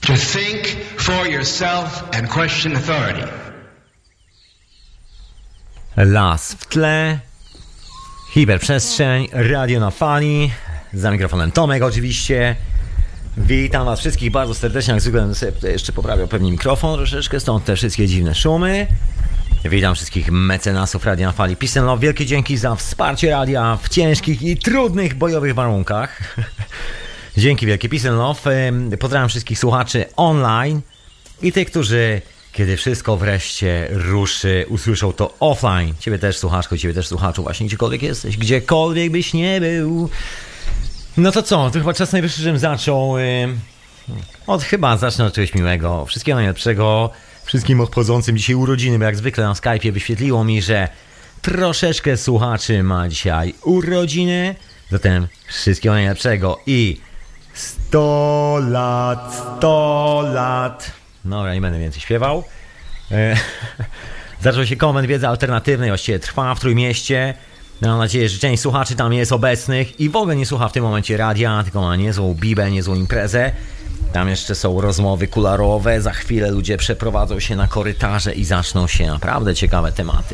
to think for yourself and question authority. Las w tle, hiperprzestrzeń, radio na fali, za mikrofonem Tomek oczywiście. Witam was wszystkich bardzo serdecznie, jak zwykle sobie jeszcze poprawiał pewnie mikrofon troszeczkę, stąd te wszystkie dziwne szumy. Witam wszystkich mecenasów Radia na Fali. Peace and Love, wielkie dzięki za wsparcie radia w ciężkich i trudnych bojowych warunkach. Dzięki wielkie, Peace and Love. Pozdrawiam wszystkich słuchaczy online i tych, którzy kiedy wszystko wreszcie ruszy, usłyszą to offline. Ciebie też słuchaczko, ciebie też słuchaczu, właśnie gdziekolwiek jesteś, gdziekolwiek byś nie był. No to co, to chyba czas najwyższy, żebym zaczął zacznę od czegoś miłego. Wszystkiego najlepszego wszystkim obchodzącym dzisiaj urodziny, bo jak zwykle na Skype'ie wyświetliło mi, że troszeczkę słuchaczy ma dzisiaj urodziny. Zatem wszystkiego najlepszego i 100 lat, 100 lat. Dobra, nie będę więcej śpiewał. Zaczął się konwent wiedzy alternatywnej, właściwie trwa w Trójmieście. Mam nadzieję, że część słuchaczy tam jest obecnych i w ogóle nie słucha w tym momencie radia, tylko ma niezłą bibę, niezłą imprezę. Tam jeszcze są rozmowy kularowe, za chwilę ludzie przeprowadzą się na korytarze i zaczną się naprawdę ciekawe tematy.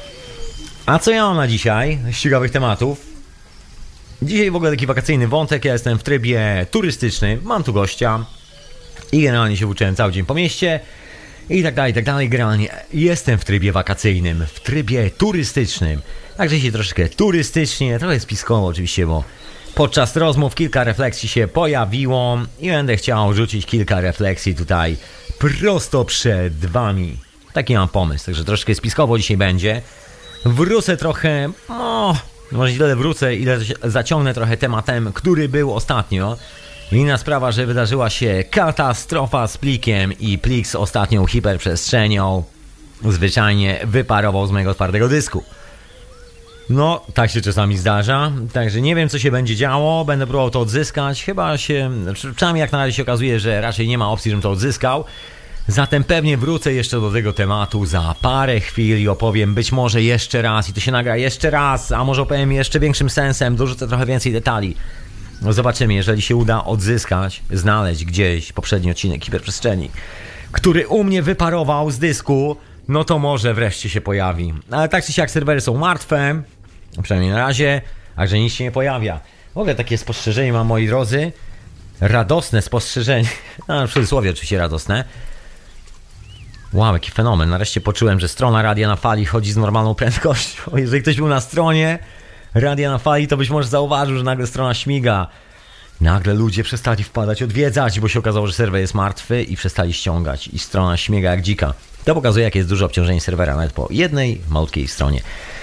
A co ja mam na dzisiaj z ciekawych tematów? Dzisiaj w ogóle taki wakacyjny wątek, ja jestem w trybie turystycznym, mam tu gościa i generalnie się włóczyłem cały dzień po mieście i tak dalej, generalnie jestem w trybie wakacyjnym, w trybie turystycznym. Także się troszeczkę turystycznie, trochę spiskowo oczywiście, bo podczas rozmów kilka refleksji się pojawiło i będę chciał rzucić kilka refleksji tutaj prosto przed wami. Taki mam pomysł, także troszeczkę spiskowo dzisiaj będzie. Wrócę trochę, może nie tyle wrócę, ile zaciągnę trochę tematem, który był ostatnio. Inna sprawa, że wydarzyła się katastrofa z plikiem i plik z ostatnią hiperprzestrzenią zwyczajnie wyparował z mojego twardego dysku. No, tak się czasami zdarza, także nie wiem, co się będzie działo, będę próbował to odzyskać, przynajmniej jak na razie się okazuje, że raczej nie ma opcji, żebym to odzyskał, zatem pewnie wrócę jeszcze do tego tematu za parę chwil i opowiem być może jeszcze raz i to się nagra jeszcze raz, a może opowiem jeszcze większym sensem, dorzucę trochę więcej detali. No zobaczymy, jeżeli się uda odzyskać, znaleźć gdzieś poprzedni odcinek hiperprzestrzeni, który u mnie wyparował z dysku, no to może wreszcie się pojawi. Ale tak czy siak serwery są martwe, przynajmniej na razie, także nic się nie pojawia. W ogóle takie spostrzeżenie mam, moi drodzy, radosne spostrzeżenie, w cudzysłowie oczywiście radosne. Wow, jaki fenomen, nareszcie poczułem, że strona Radia na Fali chodzi z normalną prędkością. Jeżeli ktoś był na stronie Radia na Fali, to być może zauważył, że nagle strona śmiga. Nagle ludzie przestali wpadać, odwiedzać, bo się okazało, że serwer jest martwy i przestali ściągać i strona śmiga jak dzika. To pokazuje, jakie jest duże obciążenie serwera, nawet po jednej malutkiej stronie.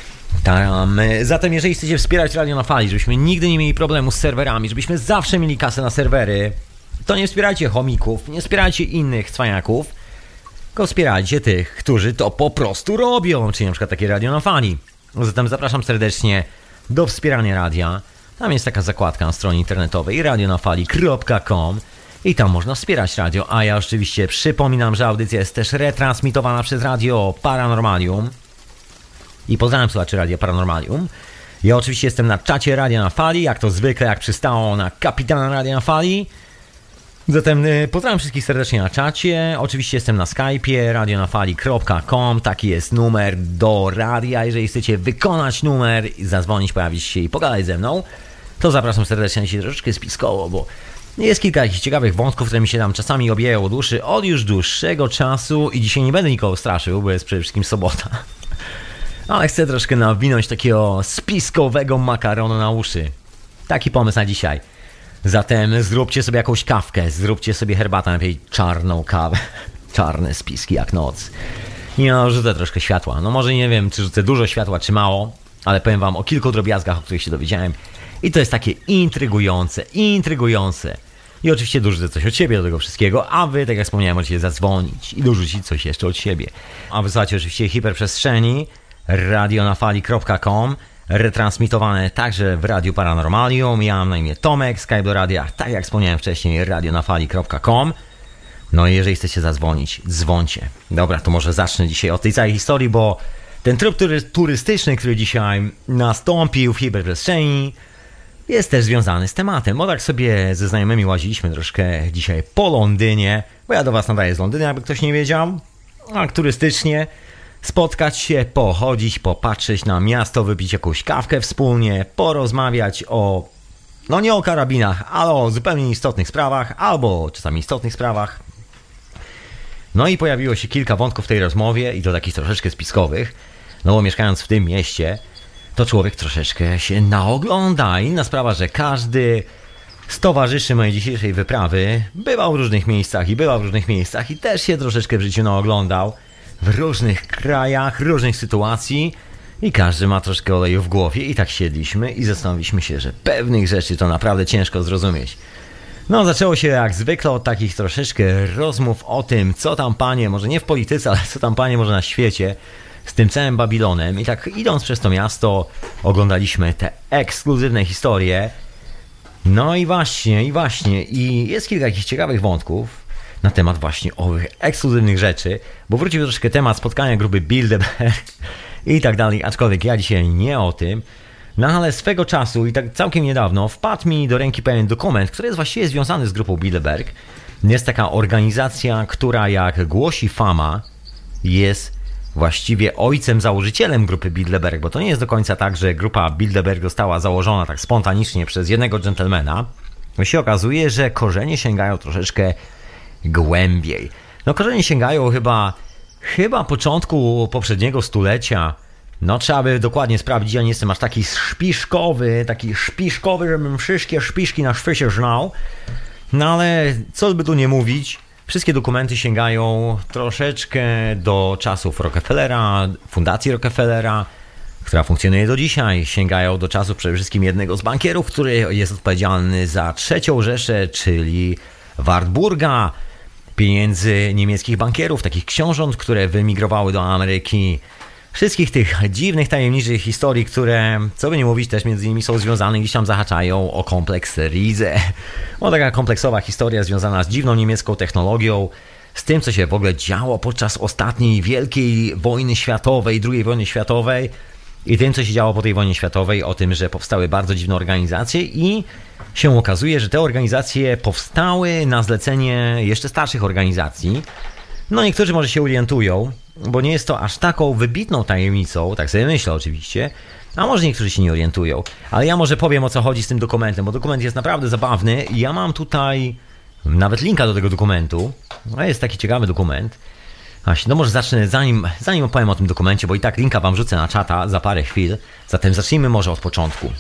Zatem jeżeli chcecie wspierać Radio na Fali, żebyśmy nigdy nie mieli problemu z serwerami, żebyśmy zawsze mieli kasę na serwery, to nie wspierajcie chomików, nie wspierajcie innych cwaniaków, tylko wspierajcie tych, którzy to po prostu robią, czyli na przykład takie Radio na Fali. Zatem zapraszam serdecznie do wspierania radia. Tam jest taka zakładka na stronie internetowej radionafali.com i tam można wspierać radio, a ja oczywiście przypominam, że audycja jest też retransmitowana przez Radio Paranormalium i pozdrawiam słuchaczy Radia Paranormalium. Ja oczywiście jestem na czacie Radia na Fali, jak to zwykle, jak przystało na kapitana Radia na Fali. Zatem pozdrawiam wszystkich serdecznie na czacie. Oczywiście jestem na Skype'ie radionafali.com. Taki jest numer do radia. Jeżeli chcecie wykonać numer, zadzwonić, pojawić się i pogadać ze mną, to zapraszam serdecznie, się troszeczkę spiskowo, bo jest kilka jakichś ciekawych wątków, które mi się tam czasami obijają o duszy od już dłuższego czasu i dzisiaj nie będę nikogo straszył, bo jest przede wszystkim sobota. Ale chcę troszkę nawinąć takiego spiskowego makaronu na uszy. Taki pomysł na dzisiaj. Zatem zróbcie sobie jakąś kawkę, zróbcie sobie herbatę, najlepiej czarną kawę. Czarne spiski jak noc. I rzucę troszkę światła. No może nie wiem, czy rzucę dużo światła, czy mało, ale powiem wam o kilku drobiazgach, o których się dowiedziałem. I to jest takie intrygujące. I oczywiście dorzucę coś od siebie do tego wszystkiego, a wy, tak jak wspomniałem, możecie zadzwonić i dorzucić coś jeszcze od siebie. A wysłuchacie oczywiście hiperprzestrzeni, radionafali.com, retransmitowane także w Radiu Paranormalium. Ja mam na imię Tomek, Skype do radia, tak jak wspomniałem wcześniej, radionafali.com. No i jeżeli chcecie zadzwonić, dzwońcie. Dobra, to może zacznę dzisiaj od tej całej historii, bo ten tryb turystyczny, który dzisiaj nastąpił w hiperprzestrzeni, jest też związany z tematem, bo tak sobie ze znajomymi łaziliśmy troszkę dzisiaj po Londynie, bo ja do was nadaję z Londynu, jakby ktoś nie wiedział, a turystycznie spotkać się, pochodzić, popatrzeć na miasto, wypić jakąś kawkę wspólnie, porozmawiać o, no nie o karabinach, ale o zupełnie istotnych sprawach, albo czasami istotnych sprawach. No i pojawiło się kilka wątków w tej rozmowie i to takich troszeczkę spiskowych, no bo mieszkając w tym mieście, to człowiek troszeczkę się naogląda. Inna sprawa, że każdy z towarzyszy mojej dzisiejszej wyprawy bywał w różnych miejscach i też się troszeczkę w życiu naoglądał w różnych krajach, różnych sytuacji i każdy ma troszkę oleju w głowie i tak siedliśmy i zastanowiliśmy się, że pewnych rzeczy to naprawdę ciężko zrozumieć. No zaczęło się jak zwykle od takich troszeczkę rozmów o tym, co tam panie, może nie w polityce, ale co tam panie może na świecie z tym całym Babilonem. I tak idąc przez to miasto oglądaliśmy te ekskluzywne historie. No i właśnie, i jest kilka jakichś ciekawych wątków na temat właśnie owych ekskluzywnych rzeczy, bo wrócił troszkę temat spotkania grupy Bilderberg i tak dalej, aczkolwiek ja dzisiaj nie o tym. No ale swego czasu i tak całkiem niedawno wpadł mi do ręki pewien dokument, który jest właściwie związany z grupą Bilderberg. Jest taka organizacja, która jak głosi fama jest właściwie ojcem, założycielem grupy Bilderberg, bo to nie jest do końca tak, że grupa Bilderberg została założona tak spontanicznie przez jednego dżentelmena. To się okazuje, że korzenie sięgają troszeczkę głębiej. No korzenie sięgają chyba początku poprzedniego stulecia. No trzeba by dokładnie sprawdzić, ja nie jestem aż taki szpiszkowy, żebym wszystkie szpiszki na świecie znał. No ale co by tu nie mówić, wszystkie dokumenty sięgają troszeczkę do czasów Rockefellera, Fundacji Rockefellera, która funkcjonuje do dzisiaj. Sięgają do czasów przede wszystkim jednego z bankierów, który jest odpowiedzialny za III Rzeszę, czyli Wartburga, pieniędzy niemieckich bankierów, takich książąt, które wyemigrowały do Ameryki. Wszystkich tych dziwnych, tajemniczych historii, które, co by nie mówić, też między nimi są związane, gdzieś tam zahaczają o kompleks Riese. O taka kompleksowa historia związana z dziwną niemiecką technologią, z tym, co się w ogóle działo podczas ostatniej wielkiej wojny światowej, II wojny światowej i tym, co się działo po tej wojnie światowej, o tym, że powstały bardzo dziwne organizacje i się okazuje, że te organizacje powstały na zlecenie jeszcze starszych organizacji. No niektórzy może się orientują, bo nie jest to aż taką wybitną tajemnicą, tak sobie myślę oczywiście, a może niektórzy się nie orientują, ale ja może powiem, o co chodzi z tym dokumentem, bo dokument jest naprawdę zabawny i ja mam tutaj nawet linka do tego dokumentu. No jest taki ciekawy dokument. No może zacznę, zanim opowiem o tym dokumencie, bo i tak linka wam rzucę na czata za parę chwil, zatem zacznijmy może od początku.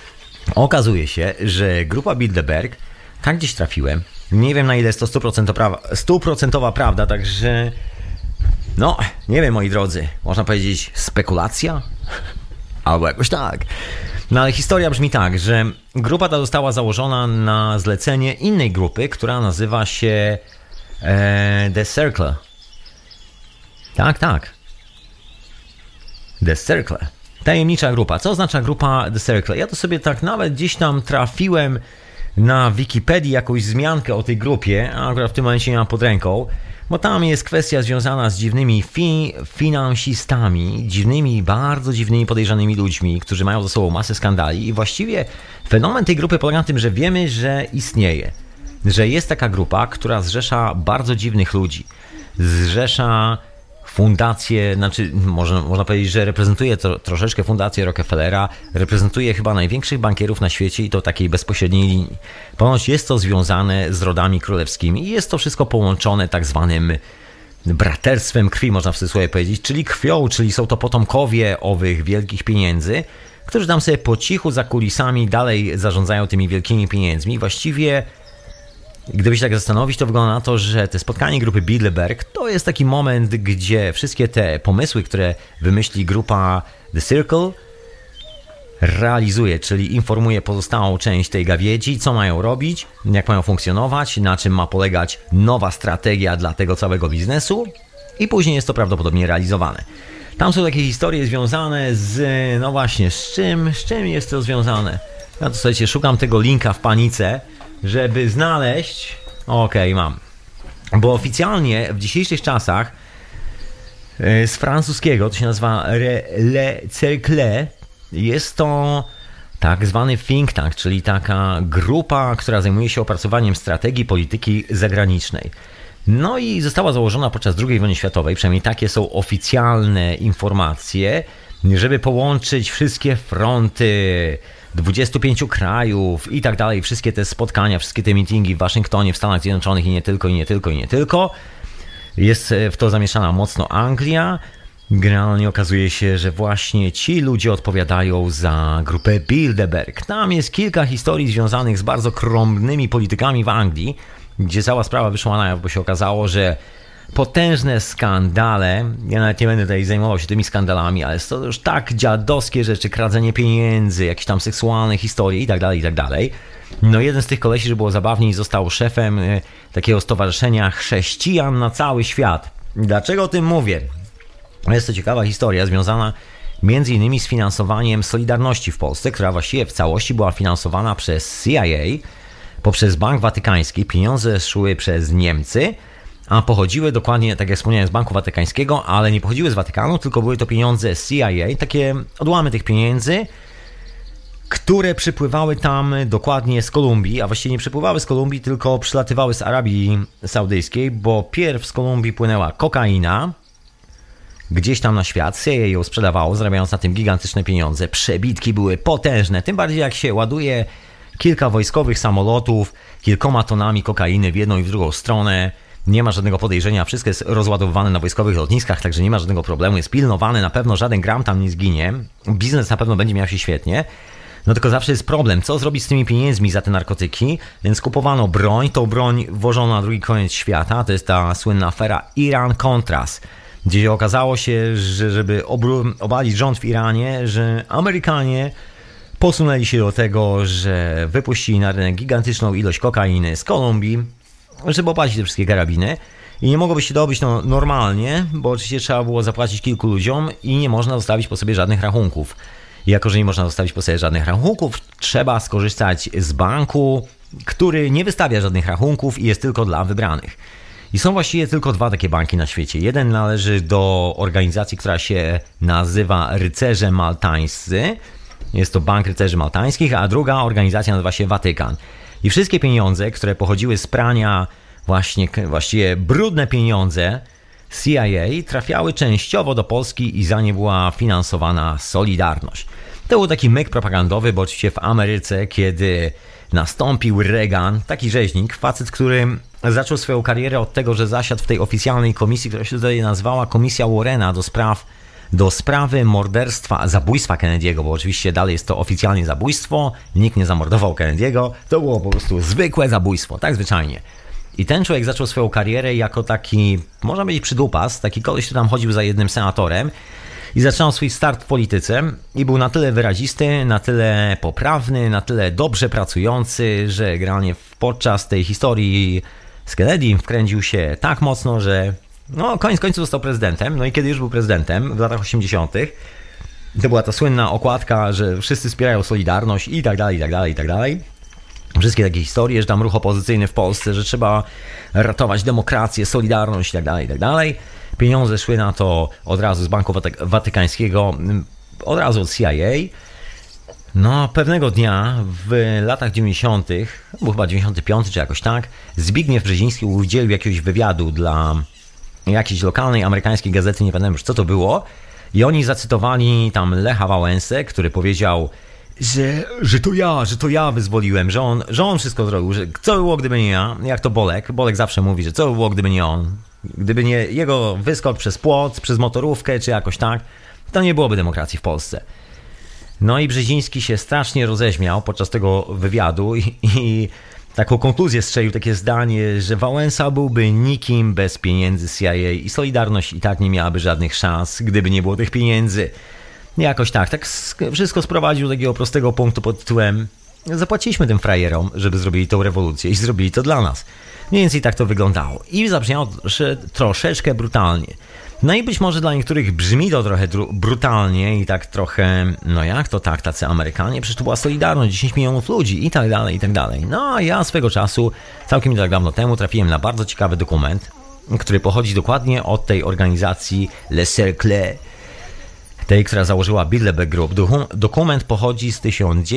Okazuje się, że grupa Bilderberg, tak gdzieś trafiłem, nie wiem na ile jest to 100% prawda, także no, nie wiem moi drodzy, można powiedzieć spekulacja? Albo jakoś tak. No ale historia brzmi tak, że grupa ta została założona na zlecenie innej grupy, która nazywa się The Circle. Tak. The Circle. Tajemnicza grupa. Co oznacza grupa The Circle? Ja to sobie tak nawet gdzieś tam trafiłem na Wikipedii jakąś wzmiankę o tej grupie, a akurat w tym momencie nie mam pod ręką, bo tam jest kwestia związana z dziwnymi finansistami, bardzo dziwnymi, podejrzanymi ludźmi, którzy mają ze sobą masę skandali i właściwie fenomen tej grupy polega na tym, że wiemy, że istnieje, że jest taka grupa, która zrzesza bardzo dziwnych ludzi, zrzesza fundację, znaczy można powiedzieć, że reprezentuje troszeczkę fundację Rockefellera, reprezentuje chyba największych bankierów na świecie i to takiej bezpośredniej linii. Ponoć jest to związane z rodami królewskimi i jest to wszystko połączone tak zwanym braterstwem krwi, można w cudzysłowie powiedzieć, czyli krwią, czyli są to potomkowie owych wielkich pieniędzy, którzy tam sobie po cichu za kulisami dalej zarządzają tymi wielkimi pieniędzmi. Właściwie gdyby się tak zastanowić, to wygląda na to, że te spotkanie grupy Bilderberg to jest taki moment, gdzie wszystkie te pomysły, które wymyśli grupa The Circle, realizuje, czyli informuje pozostałą część tej gawiedzi, co mają robić, jak mają funkcjonować, na czym ma polegać nowa strategia dla tego całego biznesu i później jest to prawdopodobnie realizowane. Tam są takie historie związane z, no właśnie, z czym jest to związane? Ja to słuchajcie, szukam tego linka w panice, żeby znaleźć... Okej, mam. Bo oficjalnie w dzisiejszych czasach z francuskiego, to się nazywa Le Cercle, jest to Tak zwany think tank, czyli taka grupa, która zajmuje się opracowaniem strategii polityki zagranicznej. No i została założona podczas II wojny światowej, przynajmniej takie są oficjalne informacje, żeby połączyć wszystkie fronty 25 krajów i tak dalej, wszystkie te spotkania, wszystkie te meetingi w Waszyngtonie, w Stanach Zjednoczonych i nie tylko. Jest w to zamieszana mocno Anglia. Generalnie okazuje się, że właśnie ci ludzie odpowiadają za grupę Bilderberg. Tam jest kilka historii związanych z bardzo krąbnymi politykami w Anglii, gdzie cała sprawa wyszła na jaw, bo się okazało, że potężne skandale, ja nawet nie będę tutaj zajmował się tymi skandalami, ale to już tak dziadowskie rzeczy, kradzenie pieniędzy, jakieś tam seksualne historie i tak dalej. No jeden z tych kolesi, że było zabawniej, został szefem takiego stowarzyszenia chrześcijan na cały świat. Dlaczego o tym mówię? Jest to ciekawa historia związana między innymi z finansowaniem Solidarności w Polsce, która właściwie w całości była finansowana przez CIA, poprzez Bank Watykański. Pieniądze szły przez Niemcy, a pochodziły dokładnie, tak jak wspomniałem, z Banku Watykańskiego, ale nie pochodziły z Watykanu, tylko były to pieniądze z CIA, takie odłamy tych pieniędzy, które przypływały tam dokładnie z Kolumbii, a właściwie nie przypływały z Kolumbii, tylko przylatywały z Arabii Saudyjskiej, bo pierw z Kolumbii płynęła kokaina, gdzieś tam na świat, CIA ją sprzedawało, zarabiając na tym gigantyczne pieniądze. Przebitki były potężne, tym bardziej jak się ładuje kilka wojskowych samolotów kilkoma tonami kokainy w jedną i w drugą stronę. Nie ma żadnego podejrzenia, wszystko jest rozładowywane na wojskowych lotniskach, także nie ma żadnego problemu, jest pilnowane, na pewno żaden gram tam nie zginie, biznes na pewno będzie miał się świetnie. No tylko zawsze jest problem, co zrobić z tymi pieniędzmi za te narkotyki, więc kupowano broń, tą broń włożono na drugi koniec świata, to jest ta słynna afera Iran-Contras, gdzie okazało się, że żeby obalić rząd w Iranie, że Amerykanie posunęli się do tego, że wypuścili na rynek gigantyczną ilość kokainy z Kolumbii, żeby opłacić te wszystkie karabiny. I nie mogłoby się dobyć normalnie, bo oczywiście trzeba było zapłacić kilku ludziom i nie można zostawić po sobie żadnych rachunków. I jako, że nie można zostawić po sobie żadnych rachunków, trzeba skorzystać z banku, który nie wystawia żadnych rachunków i jest tylko dla wybranych. I są właściwie tylko dwa takie banki na świecie. Jeden należy do organizacji, która się nazywa Rycerze Maltańscy. Jest to Bank Rycerzy Maltańskich, a druga organizacja nazywa się Watykan. I wszystkie pieniądze, które pochodziły z prania, właściwie brudne pieniądze CIA, trafiały częściowo do Polski i za nie była finansowana Solidarność. To był taki myk propagandowy, bo oczywiście w Ameryce, kiedy nastąpił Reagan, taki rzeźnik, facet, który zaczął swoją karierę od tego, że zasiadł w tej oficjalnej komisji, która się tutaj nazywała Komisja Warrena do sprawy zabójstwa Kennedy'ego, bo oczywiście dalej jest to oficjalnie zabójstwo, nikt nie zamordował Kennedy'ego, to było po prostu zwykłe zabójstwo, tak zwyczajnie. I ten człowiek zaczął swoją karierę jako taki, można powiedzieć, przydupas, taki koleś, który tam chodził za jednym senatorem i zaczynał swój start w polityce i był na tyle wyrazisty, na tyle poprawny, na tyle dobrze pracujący, że generalnie podczas tej historii z Kennedy wkręcił się tak mocno, że koniec końców został prezydentem. No i kiedy już był prezydentem w latach 80., to była ta słynna okładka, że wszyscy wspierają Solidarność i tak dalej. Wszystkie takie historie, że tam ruch opozycyjny w Polsce, że trzeba ratować demokrację, Solidarność i tak dalej. Pieniądze szły na to od razu z Banku Watykańskiego, od razu od CIA. No, pewnego dnia w latach 90., był chyba 95 czy jakoś tak, Zbigniew Brzeziński udzielił jakiegoś wywiadu dla jakiejś lokalnej amerykańskiej gazety, nie pamiętam już co to było, i oni zacytowali tam Lecha Wałęsę, który powiedział, że to ja wyzwoliłem, że on wszystko zrobił, że co by było, gdyby nie ja, jak to Bolek zawsze mówi, że co by było, gdyby nie on, gdyby nie jego wyskok przez płot, przez motorówkę, czy jakoś tak, to nie byłoby demokracji w Polsce. No i Brzeziński się strasznie roześmiał podczas tego wywiadu i taką konkluzję strzelił, takie zdanie, że Wałęsa byłby nikim bez pieniędzy CIA i Solidarność i tak nie miałaby żadnych szans, gdyby nie było tych pieniędzy. Jakoś tak wszystko sprowadził do takiego prostego punktu pod tytułem zapłaciliśmy tym frajerom, żeby zrobili tą rewolucję i zrobili to dla nas. Mniej więcej tak to wyglądało. I zabrzmiało troszeczkę brutalnie. No i być może dla niektórych brzmi to trochę brutalnie i tak trochę, no jak to tak, tacy Amerykanie, przecież to była Solidarność, 10 milionów ludzi i tak dalej. No a ja swego czasu, całkiem nie tak dawno temu, trafiłem na bardzo ciekawy dokument, który pochodzi dokładnie od tej organizacji Le Cercle. tej, która założyła Bilderberg Group. Dokument pochodzi z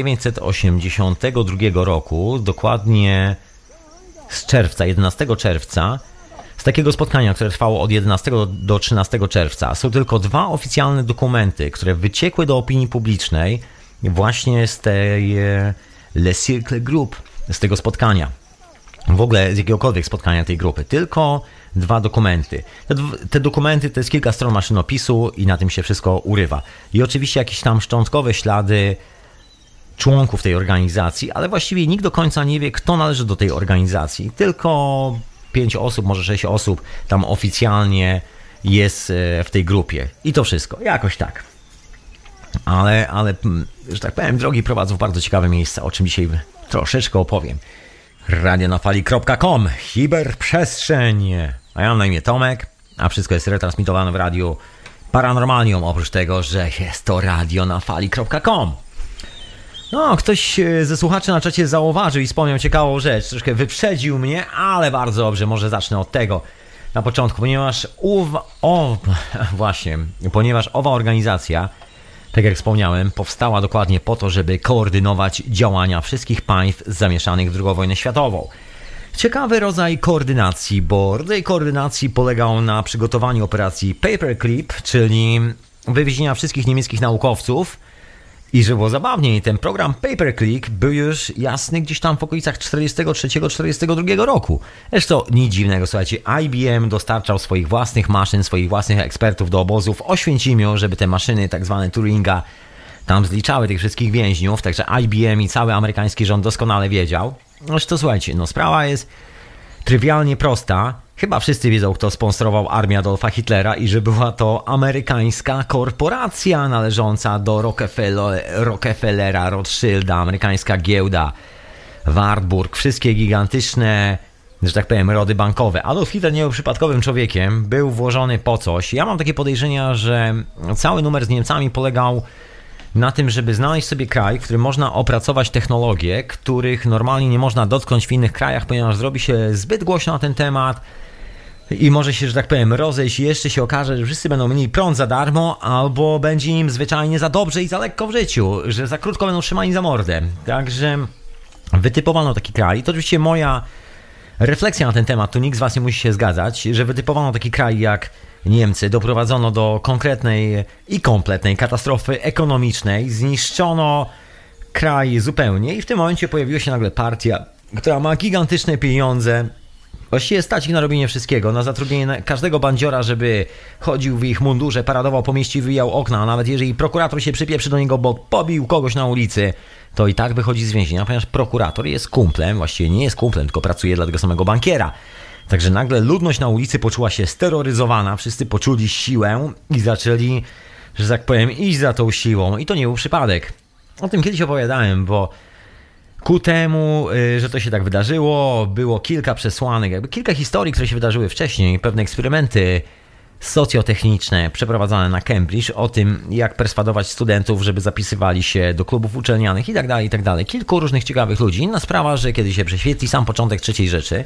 1982 roku, dokładnie z czerwca, 11 czerwca, z takiego spotkania, które trwało od 11 do 13 czerwca. Są tylko dwa oficjalne dokumenty, które wyciekły do opinii publicznej właśnie z tej Le Cercle Group, z tego spotkania. W ogóle z jakiegokolwiek spotkania tej grupy. Tylko dwa dokumenty. Te dokumenty to jest kilka stron maszynopisu i na tym się wszystko urywa. I oczywiście jakieś tam szczątkowe ślady członków tej organizacji, ale właściwie nikt do końca nie wie, kto należy do tej organizacji. Tylko 5 osób, może 6 osób tam oficjalnie jest w tej grupie. I to wszystko. Jakoś tak. Ale że tak powiem, drogi prowadzą w bardzo ciekawe miejsca, o czym dzisiaj troszeczkę opowiem. radionafali.com, hiperprzestrzeń. A ja mam na imię Tomek, a wszystko jest retransmitowane w radiu Paranormalium, oprócz tego, że jest to radionafali.com. No, ktoś ze słuchaczy na czacie zauważył i wspomniał ciekawą rzecz, troszkę wyprzedził mnie, ale bardzo dobrze, może zacznę od tego na początku, ponieważ owa organizacja, tak jak wspomniałem, powstała dokładnie po to, żeby koordynować działania wszystkich państw zamieszanych w II wojnę światową. Ciekawy rodzaj koordynacji, bo rodzaj koordynacji polegał na przygotowaniu operacji Paperclip, czyli wywiezienia wszystkich niemieckich naukowców. I że było zabawniej, ten program Paperclip był już jasny gdzieś tam w okolicach 43-42 roku. Zresztą nic dziwnego, słuchajcie, IBM dostarczał swoich własnych maszyn, swoich własnych ekspertów do obozów w Oświęcimiu, żeby te maszyny tak zwane Turinga tam zliczały tych wszystkich więźniów, także IBM i cały amerykański rząd doskonale wiedział. Zresztą słuchajcie, no sprawa jest trywialnie prosta. Chyba wszyscy wiedzą, kto sponsorował armię Adolfa Hitlera i że była to amerykańska korporacja należąca do Rockefellera, Rothschilda, amerykańska giełda, Wartburg, wszystkie gigantyczne, że tak powiem, rody bankowe. Adolf Hitler nie był przypadkowym człowiekiem, był włożony po coś. Ja mam takie podejrzenia, że cały numer z Niemcami polegał na tym, żeby znaleźć sobie kraj, w którym można opracować technologie, których normalnie nie można dotknąć w innych krajach, ponieważ zrobi się zbyt głośno na ten temat i może się, że tak powiem, rozejść i jeszcze się okaże, że wszyscy będą mieli prąd za darmo, albo będzie im zwyczajnie za dobrze i za lekko w życiu, że za krótko będą trzymani za mordę. Także wytypowano taki kraj. To oczywiście moja refleksja na ten temat, tu nikt z was nie musi się zgadzać, że wytypowano taki kraj jak Niemcy, doprowadzono do konkretnej i kompletnej katastrofy ekonomicznej, zniszczono kraj zupełnie i w tym momencie pojawiła się nagle partia, która ma gigantyczne pieniądze, właściwie stać ich na robienie wszystkiego, na zatrudnienie każdego bandziora, żeby chodził w ich mundurze, paradował po mieście i wywijał okna, a nawet jeżeli prokurator się przypieprzy do niego, bo pobił kogoś na ulicy, to i tak wychodzi z więzienia, ponieważ prokurator jest kumplem, właściwie nie jest kumplem, tylko pracuje dla tego samego bankiera. Także nagle ludność na ulicy poczuła się steroryzowana, wszyscy poczuli siłę i zaczęli, że tak powiem, iść za tą siłą. I to nie był przypadek. O tym kiedyś opowiadałem, bo ku temu, że to się tak wydarzyło, było kilka przesłanek, jakby kilka historii, które się wydarzyły wcześniej, pewne eksperymenty socjotechniczne przeprowadzane na Cambridge o tym, jak perswadować studentów, żeby zapisywali się do klubów uczelnianych i tak dalej, i tak dalej. Kilku różnych ciekawych ludzi. Inna sprawa, że kiedy się prześwietli sam początek trzeciej rzeczy,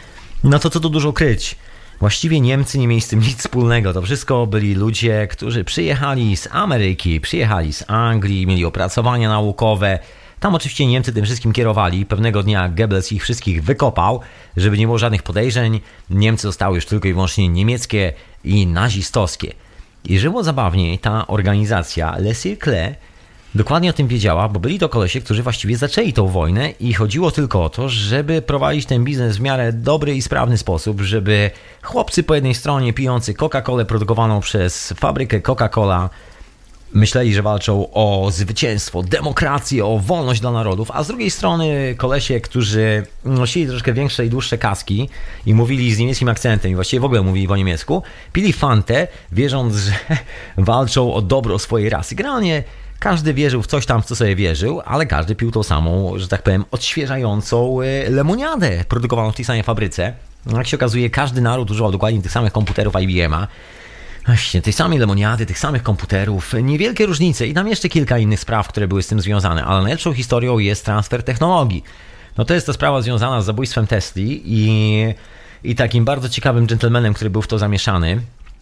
no to co tu dużo kryć. Właściwie Niemcy nie mieli z tym nic wspólnego. To wszystko byli ludzie, którzy przyjechali z Ameryki, przyjechali z Anglii, mieli opracowania naukowe. Tam oczywiście Niemcy tym wszystkim kierowali. Pewnego dnia Goebbels ich wszystkich wykopał, żeby nie było żadnych podejrzeń. Niemcy zostały już tylko i wyłącznie niemieckie i nazistowskie. I że było zabawniej, ta organizacja Le Cercle dokładnie o tym wiedziała, bo byli to kolesie, którzy właściwie zaczęli tą wojnę i chodziło tylko o to, żeby prowadzić ten biznes w miarę dobry i sprawny sposób, żeby chłopcy po jednej stronie pijący Coca-Colę produkowaną przez fabrykę Coca-Cola myśleli, że walczą o zwycięstwo, demokrację, o wolność dla narodów, a z drugiej strony kolesie, którzy nosili troszkę większe i dłuższe kaski i mówili z niemieckim akcentem i właściwie w ogóle mówili po niemiecku, pili Fantę, wierząc, że walczą o dobro swojej rasy. Generalnie każdy wierzył w coś tam, w co sobie wierzył, ale każdy pił tą samą, że tak powiem, odświeżającą lemoniadę produkowaną w tej samej fabryce. Jak się okazuje, każdy naród używał dokładnie tych samych komputerów IBM-a, właśnie tej samej lemoniady, tych samych komputerów, niewielkie różnice i tam jeszcze kilka innych spraw, które były z tym związane, ale najlepszą historią jest transfer technologii. No to jest ta sprawa związana z zabójstwem Tesli i takim bardzo ciekawym dżentelmenem, który był w to zamieszany.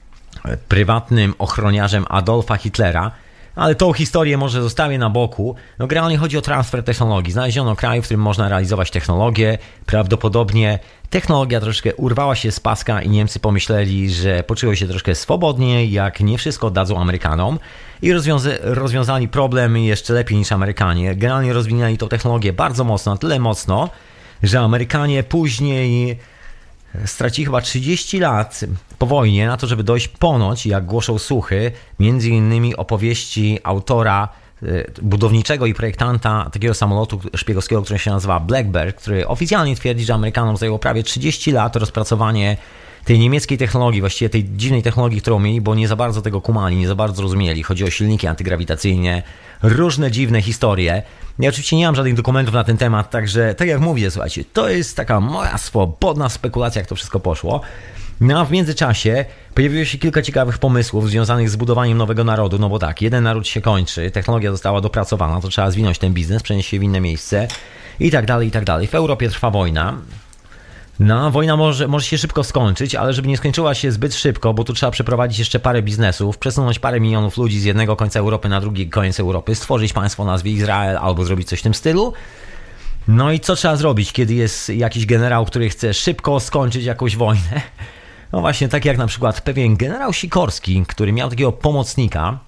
prywatnym ochroniarzem Adolfa Hitlera, ale tą historię może zostawię na boku. No generalnie chodzi o transfer technologii. Znaleziono kraj, w którym można realizować technologię. Prawdopodobnie technologia troszkę urwała się z paska i Niemcy pomyśleli, że poczują się troszkę swobodniej, jak nie wszystko oddadzą Amerykanom i rozwiązali problem jeszcze lepiej niż Amerykanie. Generalnie rozwinęli tą technologię bardzo mocno, na tyle mocno, że Amerykanie później stracili chyba 30 lat po wojnie na to, żeby dojść ponoć, jak głoszą słuchy, między innymi opowieści autora budowniczego i projektanta takiego samolotu szpiegowskiego, który się nazywa Blackbird, który oficjalnie twierdzi, że Amerykanom zajęło prawie 30 lat rozpracowanie tej niemieckiej technologii, właściwie tej dziwnej technologii, którą mieli, bo nie za bardzo tego kumali, nie za bardzo rozumieli. Chodzi o silniki antygrawitacyjne, różne dziwne historie. Ja oczywiście nie mam żadnych dokumentów na ten temat, także tak jak mówię, słuchajcie, to jest taka moja swobodna spekulacja, jak to wszystko poszło. No a w międzyczasie pojawiło się kilka ciekawych pomysłów związanych z budowaniem nowego narodu, no bo tak, jeden naród się kończy, technologia została dopracowana, to trzeba zwinąć ten biznes, przenieść się w inne miejsce i tak dalej, i tak dalej. W Europie trwa wojna. No, wojna może się szybko skończyć, ale żeby nie skończyła się zbyt szybko, bo tu trzeba przeprowadzić jeszcze parę biznesów, przesunąć parę milionów ludzi z jednego końca Europy na drugi koniec Europy, stworzyć państwo o nazwie Izrael albo zrobić coś w tym stylu. No i co trzeba zrobić, kiedy jest jakiś generał, który chce szybko skończyć jakąś wojnę? No właśnie, tak jak na przykład pewien generał Sikorski, który miał takiego pomocnika,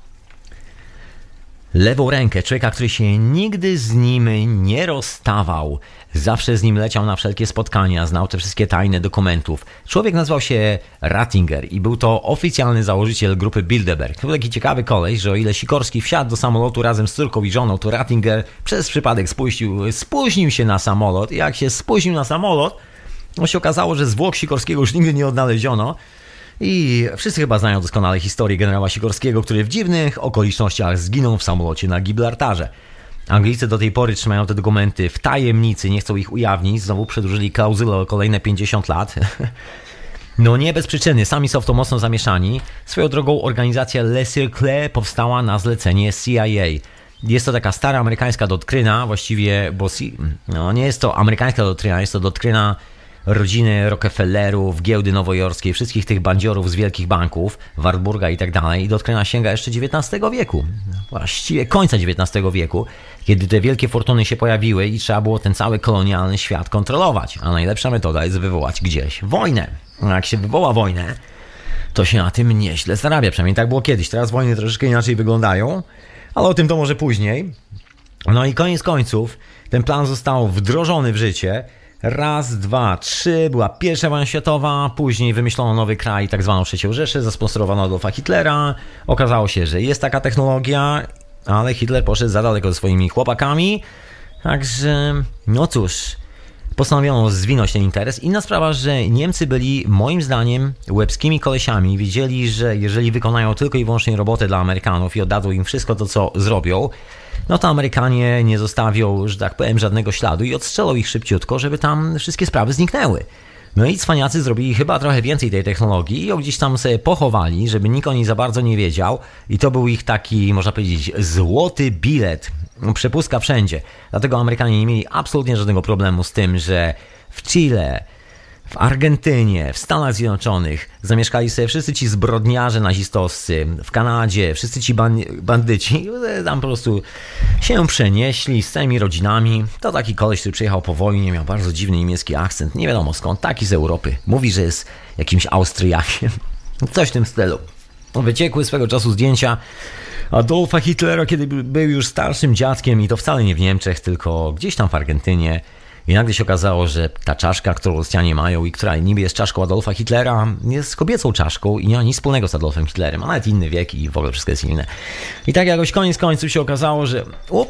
lewą rękę, człowieka, który się nigdy z nim nie rozstawał. Zawsze z nim leciał na wszelkie spotkania, znał te wszystkie tajne dokumentów. Człowiek nazywał się Rattinger i był to oficjalny założyciel grupy Bilderberg. To był taki ciekawy koleś, że o ile Sikorski wsiadł do samolotu razem z córką i żoną, to Rattinger przez przypadek spóźnił się na samolot. I jak się spóźnił na samolot, to się okazało, że zwłok Sikorskiego już nigdy nie odnaleziono. I wszyscy chyba znają doskonale historię generała Sikorskiego, który w dziwnych okolicznościach zginął w samolocie na Gibraltarze. Anglicy do tej pory trzymają te dokumenty w tajemnicy, nie chcą ich ujawnić, znowu przedłużyli klauzulę o kolejne 50 lat. No nie bez przyczyny, sami są w to mocno zamieszani. Swoją drogą organizacja Le Cercle powstała na zlecenie CIA. Jest to taka stara amerykańska doktryna, właściwie, bo nie jest to amerykańska doktryna, jest to doktryna rodziny Rockefellerów, giełdy nowojorskiej, wszystkich tych bandziorów z wielkich banków, Warburga i tak dalej. I doktryna sięga jeszcze XIX wieku, właściwie końca XIX wieku, kiedy te wielkie fortuny się pojawiły i trzeba było ten cały kolonialny świat kontrolować. A najlepsza metoda jest wywołać gdzieś wojnę. A jak się wywoła wojnę, to się na tym nieźle zarabia. Przynajmniej tak było kiedyś. Teraz wojny troszeczkę inaczej wyglądają, ale o tym to może później. No i koniec końców ten plan został wdrożony w życie. Raz, dwa, trzy, była pierwsza wojna światowa, później wymyślono nowy kraj, tak zwaną III Rzeszę, zasponsorowano Adolfa Hitlera. Okazało się, że jest taka technologia, ale Hitler poszedł za daleko ze swoimi chłopakami. Także, no cóż, postanowiono zwinąć ten interes. Inna sprawa, że Niemcy byli, moim zdaniem, łebskimi kolesiami. Wiedzieli, że jeżeli wykonają tylko i wyłącznie robotę dla Amerykanów i oddadzą im wszystko to, co zrobią, no to Amerykanie nie zostawią, że tak powiem, żadnego śladu i odstrzelą ich szybciutko, żeby tam wszystkie sprawy zniknęły. No i cwaniacy zrobili chyba trochę więcej tej technologii i ją gdzieś tam sobie pochowali, żeby nikt o niej za bardzo nie wiedział. I to był ich taki, można powiedzieć, złoty bilet. Przepustka wszędzie. Dlatego Amerykanie nie mieli absolutnie żadnego problemu z tym, że w Chile, w Argentynie, w Stanach Zjednoczonych zamieszkali sobie wszyscy ci zbrodniarze nazistowscy, w Kanadzie, wszyscy ci bandyci, tam po prostu się przenieśli z całymi rodzinami. To taki koleś, który przyjechał po wojnie, miał bardzo dziwny niemiecki akcent, nie wiadomo skąd, taki z Europy. Mówi, że jest jakimś Austriakiem. Coś w tym stylu. Wyciekły swego czasu zdjęcia Adolfa Hitlera, kiedy był już starszym dziadkiem i to wcale nie w Niemczech, tylko gdzieś tam w Argentynie. I nagle się okazało, że ta czaszka, którą Rosjanie mają i która niby jest czaszką Adolfa Hitlera, jest kobiecą czaszką i nie ma nic wspólnego z Adolfem Hitlerem, a nawet inny wiek i w ogóle wszystko jest inne. I tak jakoś koniec końców się okazało, że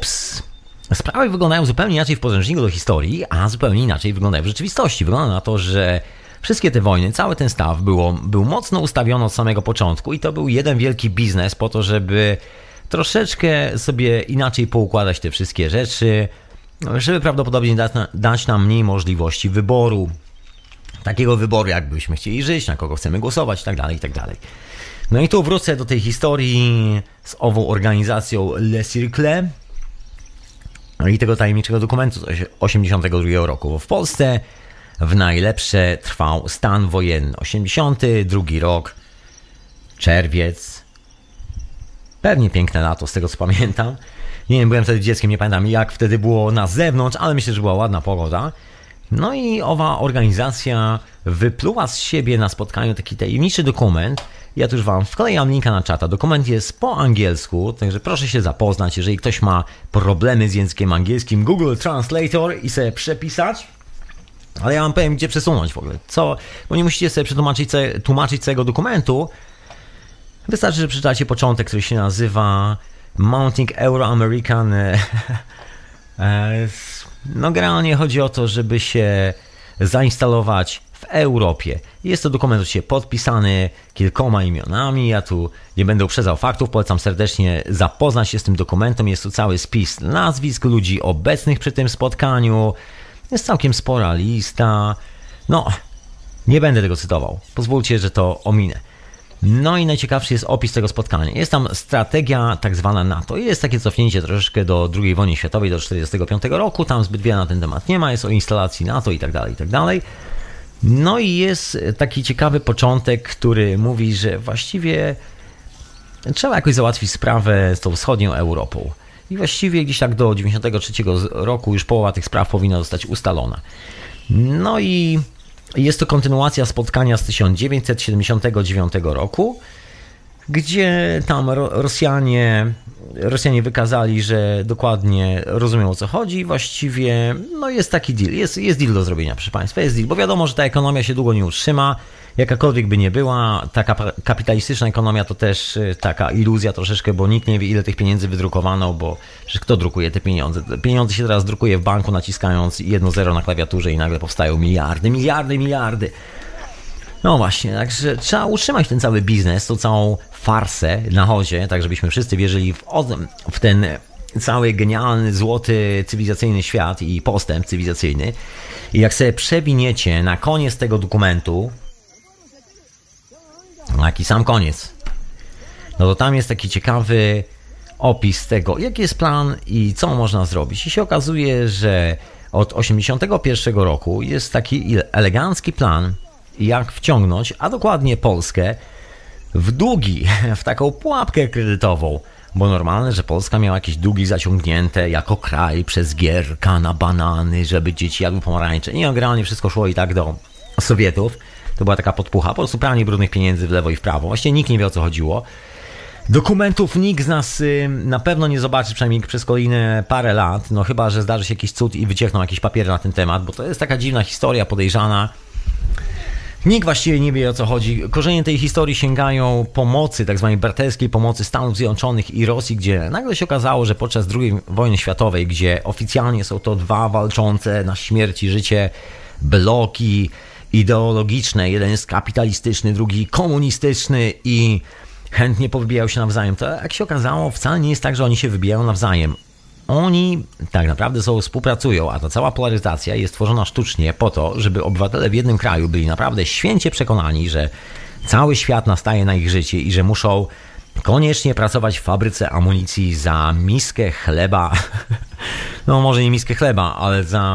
sprawy wyglądają zupełnie inaczej w podręczniku do historii, a zupełnie inaczej wyglądają w rzeczywistości. Wygląda na to, że wszystkie te wojny, cały ten staw był mocno ustawiony od samego początku i to był jeden wielki biznes po to, żeby troszeczkę sobie inaczej poukładać te wszystkie rzeczy, żeby prawdopodobnie dać nam mniej możliwości wyboru. Takiego wyboru, jakbyśmy chcieli żyć, na kogo chcemy głosować itd., itd. No i tu wrócę do tej historii z ową organizacją Le Cercle i tego tajemniczego dokumentu z 1982 roku. W Polsce w najlepsze trwał stan wojenny. 82 rok. czerwiec. Pewnie piękne lato, z tego co pamiętam. Nie wiem, byłem wtedy dzieckiem, nie pamiętam jak wtedy było na zewnątrz, ale myślę, że była ładna pogoda. No i owa organizacja wypluła z siebie na spotkaniu taki tajemniczy dokument. Ja tu już wam wklejam linka na czata. Dokument jest po angielsku, także proszę się zapoznać. Jeżeli ktoś ma problemy z językiem angielskim, Google Translator i sobie przepisać. Ale ja wam powiem, gdzie przesunąć w ogóle. Bo nie musicie sobie tłumaczyć całego dokumentu. Wystarczy, że przeczytacie początek, który się nazywa Mounting Euro-American. No generalnie chodzi o to, żeby się zainstalować w Europie. Jest to dokument oczywiście podpisany kilkoma imionami. Ja tu nie będę uprzedzał faktów. Polecam serdecznie zapoznać się z tym dokumentem. Jest tu cały spis nazwisk ludzi obecnych przy tym spotkaniu. Jest całkiem spora lista. No, nie będę tego cytował. Pozwólcie, że to ominę. No i najciekawszy jest opis tego spotkania. Jest tam strategia tak zwana NATO. Jest takie cofnięcie troszeczkę do II wojny światowej, do 1945 roku. Tam zbyt wiele na ten temat nie ma. Jest o instalacji NATO i tak dalej, i tak dalej. No i jest taki ciekawy początek, który mówi, że właściwie trzeba jakoś załatwić sprawę z tą wschodnią Europą. I właściwie gdzieś tak do 1993 roku już połowa tych spraw powinna zostać ustalona. No i jest to kontynuacja spotkania z 1979 roku, gdzie tam Rosjanie wykazali, że dokładnie rozumieją, o co chodzi. Właściwie no jest taki deal, jest deal do zrobienia, proszę Państwa, jest deal, bo wiadomo, że ta ekonomia się długo nie utrzyma, jakakolwiek by nie była. Taka kapitalistyczna ekonomia to też taka iluzja troszeczkę, bo nikt nie wie, ile tych pieniędzy wydrukowano, bo że kto drukuje te pieniądze? Pieniądze się teraz drukuje w banku, naciskając 1-0 na klawiaturze i nagle powstają miliardy. No właśnie, także trzeba utrzymać ten cały biznes, tą całą farsę na chodzie, tak żebyśmy wszyscy wierzyli w ten cały genialny, złoty, cywilizacyjny świat i postęp cywilizacyjny. I jak sobie przewiniecie na koniec tego dokumentu, taki sam koniec, no to tam jest taki ciekawy opis tego, jaki jest plan i co można zrobić. I się okazuje, że od 1981 roku jest taki elegancki plan, jak wciągnąć, a dokładnie Polskę, w długi, w taką pułapkę kredytową. Bo normalne, że Polska miała jakieś długi zaciągnięte jako kraj przez Gierka na banany, żeby dzieci jadły pomarańcze. Nie, generalnie wszystko szło i tak do Sowietów. To była taka podpucha, po prostu pranie brudnych pieniędzy w lewo i w prawo. Właściwie nikt nie wie, o co chodziło. Dokumentów nikt z nas na pewno nie zobaczy, przynajmniej przez kolejne parę lat, no chyba, że zdarzy się jakiś cud i wyciekną jakieś papiery na ten temat, bo to jest taka dziwna historia, podejrzana. Nikt właściwie nie wie, o co chodzi. Korzenie tej historii sięgają pomocy, tak zwanej braterskiej pomocy Stanów Zjednoczonych i Rosji, gdzie nagle się okazało, że podczas II wojny światowej, gdzie oficjalnie są to dwa walczące na śmierć i życie bloki ideologiczne, jeden jest kapitalistyczny, drugi komunistyczny i chętnie powybijają się nawzajem. To jak się okazało, wcale nie jest tak, że oni się wybijają nawzajem. Oni tak naprawdę współpracują, a ta cała polaryzacja jest tworzona sztucznie po to, żeby obywatele w jednym kraju byli naprawdę święcie przekonani, że cały świat nastaje na ich życie i że muszą koniecznie pracować w fabryce amunicji za miskę chleba. No może nie miskę chleba, ale za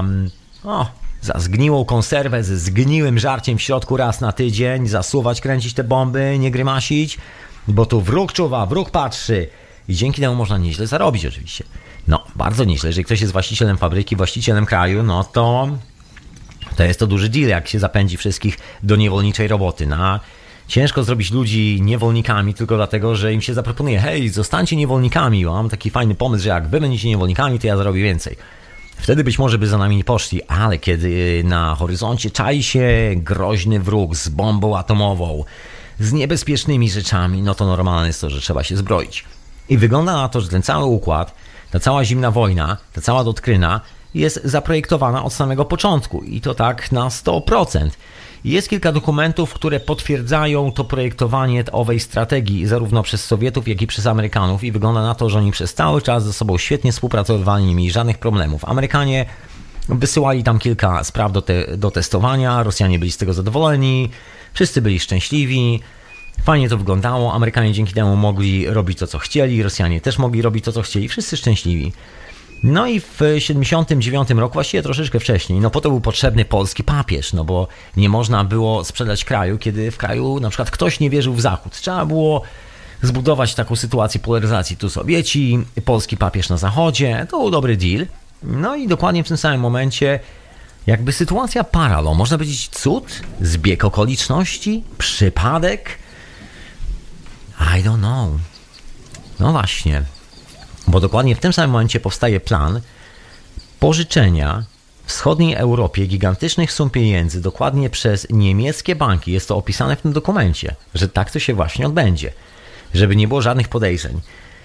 zgniłą konserwę ze zgniłym żarciem w środku raz na tydzień, zasuwać, kręcić te bomby, nie grymasić, bo tu wróg czuwa, wróg patrzy i dzięki temu można nieźle zarobić oczywiście. No, bardzo nieźle. Jeżeli ktoś jest właścicielem fabryki, właścicielem kraju, no to jest to duży deal, jak się zapędzi wszystkich do niewolniczej roboty. Ciężko zrobić ludzi niewolnikami tylko dlatego, że im się zaproponuje: hej, zostańcie niewolnikami, bo mam taki fajny pomysł, że jak wy będziecie niewolnikami, to ja zarobię więcej. Wtedy być może by za nami nie poszli, ale kiedy na horyzoncie czai się groźny wróg z bombą atomową, z niebezpiecznymi rzeczami, no to normalne jest to, że trzeba się zbroić. I wygląda na to, że ten cały układ, ta cała zimna wojna, ta cała doktryna jest zaprojektowana od samego początku i to tak na 100%. Jest kilka dokumentów, które potwierdzają to projektowanie owej strategii zarówno przez Sowietów, jak i przez Amerykanów i wygląda na to, że oni przez cały czas ze sobą świetnie współpracowali, nie mieli żadnych problemów. Amerykanie wysyłali tam kilka spraw do testowania, Rosjanie byli z tego zadowoleni, wszyscy byli szczęśliwi. Fajnie to wyglądało, Amerykanie dzięki temu mogli robić to, co chcieli, Rosjanie też mogli robić to, co chcieli, wszyscy szczęśliwi. No i w 79 roku, właściwie troszeczkę wcześniej, no po to był potrzebny polski papież, no bo nie można było sprzedać kraju, kiedy w kraju na przykład ktoś nie wierzył w Zachód. Trzeba było zbudować taką sytuację polaryzacji. Tu Sowieci, polski papież na Zachodzie, to był dobry deal. No i dokładnie w tym samym momencie jakby sytuacja parallel, można powiedzieć cud, zbieg okoliczności, przypadek. I don't know. No właśnie. Bo dokładnie w tym samym momencie powstaje plan pożyczenia wschodniej Europie gigantycznych sum pieniędzy dokładnie przez niemieckie banki. Jest to opisane w tym dokumencie, że tak to się właśnie odbędzie. Żeby nie było żadnych podejrzeń,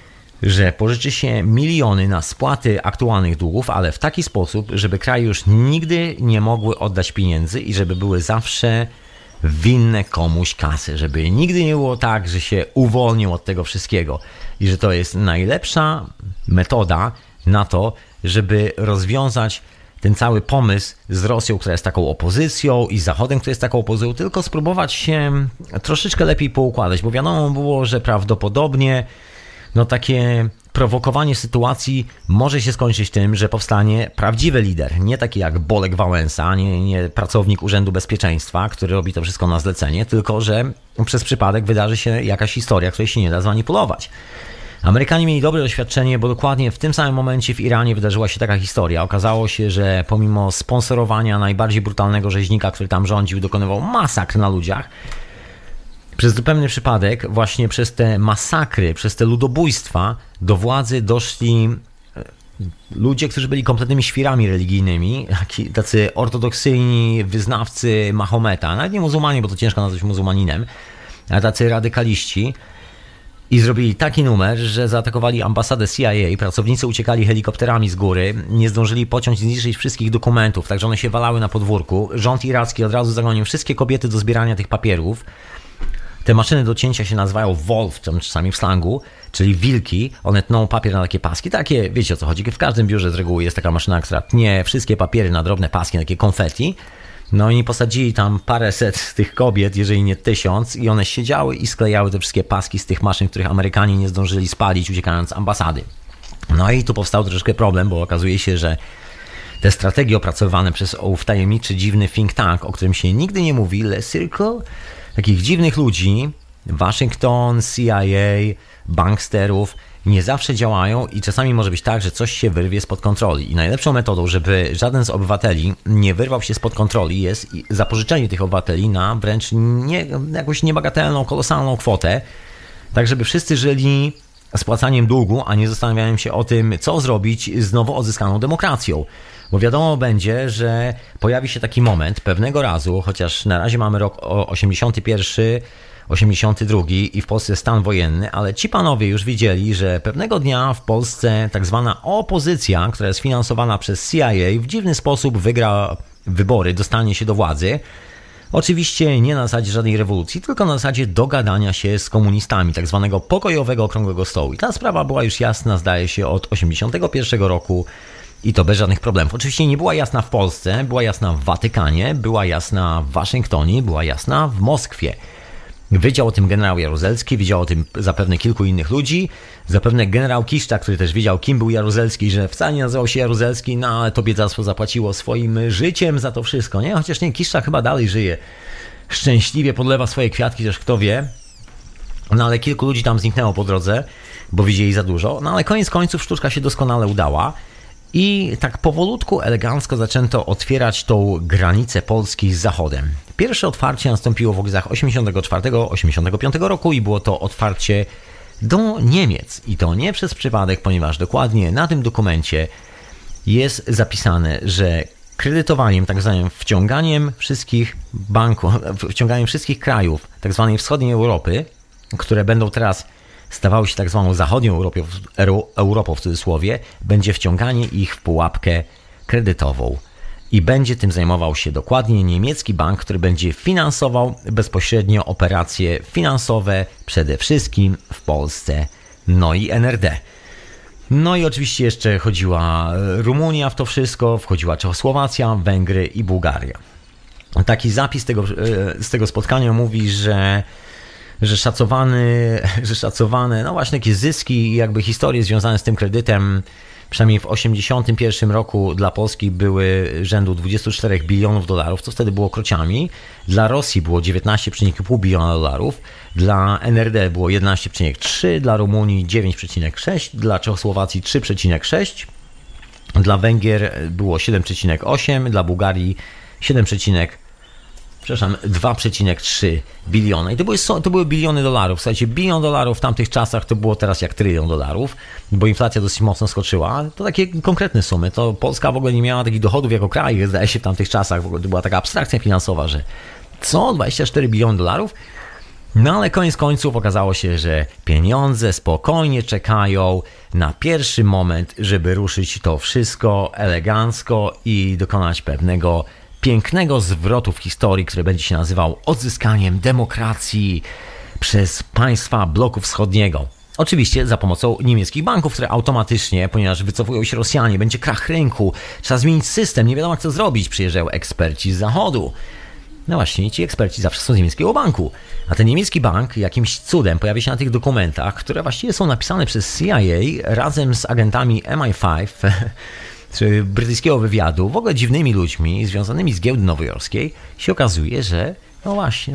że pożyczy się miliony na spłaty aktualnych długów, ale w taki sposób, żeby kraje już nigdy nie mogły oddać pieniędzy i żeby były zawsze winne komuś kasy, żeby nigdy nie było tak, że się uwolnią od tego wszystkiego i że to jest najlepsza metoda na to, żeby rozwiązać ten cały pomysł z Rosją, która jest taką opozycją i z Zachodem, który jest taką opozycją, tylko spróbować się troszeczkę lepiej poukładać, bo wiadomo było, że prawdopodobnie no takie prowokowanie sytuacji może się skończyć tym, że powstanie prawdziwy lider, nie taki jak Bolek Wałęsa, nie pracownik Urzędu Bezpieczeństwa, który robi to wszystko na zlecenie, tylko że przez przypadek wydarzy się jakaś historia, której się nie da zmanipulować. Amerykanie mieli dobre doświadczenie, bo dokładnie w tym samym momencie w Iranie wydarzyła się taka historia. Okazało się, że pomimo sponsorowania najbardziej brutalnego rzeźnika, który tam rządził, dokonywał masakr na ludziach, przez zupełny przypadek, właśnie przez te masakry, przez te ludobójstwa do władzy doszli ludzie, którzy byli kompletnymi świrami religijnymi, tacy ortodoksyjni wyznawcy Mahometa, nawet nie muzułmanie, bo to ciężko nazwać muzułmaninem, ale tacy radykaliści. I zrobili taki numer, że zaatakowali ambasadę CIA, pracownicy uciekali helikopterami z góry, nie zdążyli pociąć i zniszczyć wszystkich dokumentów, także one się walały na podwórku. Rząd iracki od razu zagonił wszystkie kobiety do zbierania tych papierów. Te maszyny do cięcia się nazywają wolf, czasami w slangu, czyli wilki. One tną papier na takie paski. Takie, wiecie o co chodzi, w każdym biurze z reguły jest taka maszyna, która tnie wszystkie papiery na drobne paski, na takie konfetti. No i posadzili tam paręset tych kobiet, jeżeli nie 1000, i one siedziały i sklejały te wszystkie paski z tych maszyn, których Amerykanie nie zdążyli spalić, uciekając z ambasady. No i tu powstał troszeczkę problem, bo okazuje się, że te strategie opracowywane przez oów tajemniczy, dziwny think tank, o którym się nigdy nie mówi, Le Circle, takich dziwnych ludzi, Waszyngton, CIA, banksterów, nie zawsze działają i czasami może być tak, że coś się wyrwie spod kontroli. I najlepszą metodą, żeby żaden z obywateli nie wyrwał się spod kontroli, jest zapożyczenie tych obywateli na wręcz jakąś niebagatelną, kolosalną kwotę, tak żeby wszyscy żyli spłacaniem długu, a nie zastanawiają się o tym, co zrobić z nowo odzyskaną demokracją. Bo wiadomo będzie, że pojawi się taki moment pewnego razu, chociaż na razie mamy rok 81, 82 i w Polsce stan wojenny, ale ci panowie już widzieli, że pewnego dnia w Polsce tak zwana opozycja, która jest finansowana przez CIA, w dziwny sposób wygra wybory, dostanie się do władzy. Oczywiście nie na zasadzie żadnej rewolucji, tylko na zasadzie dogadania się z komunistami, tak zwanego pokojowego okrągłego stołu. I ta sprawa była już jasna, zdaje się, od 81 roku i to bez żadnych problemów. Oczywiście nie była jasna w Polsce, była jasna w Watykanie, była jasna w Waszyngtonie, była jasna w Moskwie. Wiedział o tym generał Jaruzelski, wiedział o tym zapewne kilku innych ludzi, zapewne generał Kiszczak, który też wiedział, kim był Jaruzelski, że wcale nie nazywał się Jaruzelski, no ale to biedactwo zapłaciło swoim życiem za to wszystko, nie? Chociaż nie, Kiszczak chyba dalej żyje. Szczęśliwie podlewa swoje kwiatki, też kto wie. No ale kilku ludzi tam zniknęło po drodze, bo widzieli za dużo. No ale koniec końców sztuczka się doskonale udała. I tak powolutku, elegancko zaczęto otwierać tą granicę Polski z Zachodem. Pierwsze otwarcie nastąpiło w okolicach 84-85 roku i było to otwarcie do Niemiec. I to nie przez przypadek, ponieważ dokładnie na tym dokumencie jest zapisane, że kredytowaniem, tak zwanym wciąganiem wszystkich banków, wciąganiem wszystkich krajów tak zwanej wschodniej Europy, które będą teraz stawały się tak zwaną zachodnią Europą w cudzysłowie, będzie wciąganie ich w pułapkę kredytową. I będzie tym zajmował się dokładnie niemiecki bank, który będzie finansował bezpośrednio operacje finansowe przede wszystkim w Polsce, no i NRD. No i oczywiście jeszcze chodziła Rumunia w to wszystko, wchodziła Czechosłowacja, Węgry i Bułgaria. Taki zapis z tego spotkania mówi, że szacowane, no właśnie takie zyski i jakby historie związane z tym kredytem przynajmniej w 1981 roku dla Polski były rzędu 24 bilionów dolarów, co wtedy było krociami. Dla Rosji było 19,5 biliona dolarów, dla NRD było 11,3, dla Rumunii 9,6, dla Czechosłowacji 3,6, dla Węgier było 7,8, dla Bułgarii 2,3 biliona. I to były biliony dolarów. Słuchajcie, bilion dolarów w tamtych czasach to było teraz jak trylion dolarów, bo inflacja dosyć mocno skoczyła. To takie konkretne sumy. To Polska w ogóle nie miała takich dochodów jako kraj, zdaje się, w tamtych czasach. W ogóle to była taka abstrakcja finansowa, że co? 24 biliony dolarów? No ale koniec końców okazało się, że pieniądze spokojnie czekają na pierwszy moment, żeby ruszyć to wszystko elegancko i dokonać pewnego pięknego zwrotu w historii, który będzie się nazywał odzyskaniem demokracji przez państwa bloku wschodniego. Oczywiście za pomocą niemieckich banków, które automatycznie, ponieważ wycofują się Rosjanie, będzie krach rynku, trzeba zmienić system, nie wiadomo jak to zrobić, przyjeżdżają eksperci z zachodu. No właśnie, ci eksperci zawsze są z niemieckiego banku. A ten niemiecki bank jakimś cudem pojawia się na tych dokumentach, które właściwie są napisane przez CIA razem z agentami MI5, czy brytyjskiego wywiadu, w ogóle dziwnymi ludźmi związanymi z giełdy nowojorskiej, się okazuje, że no właśnie.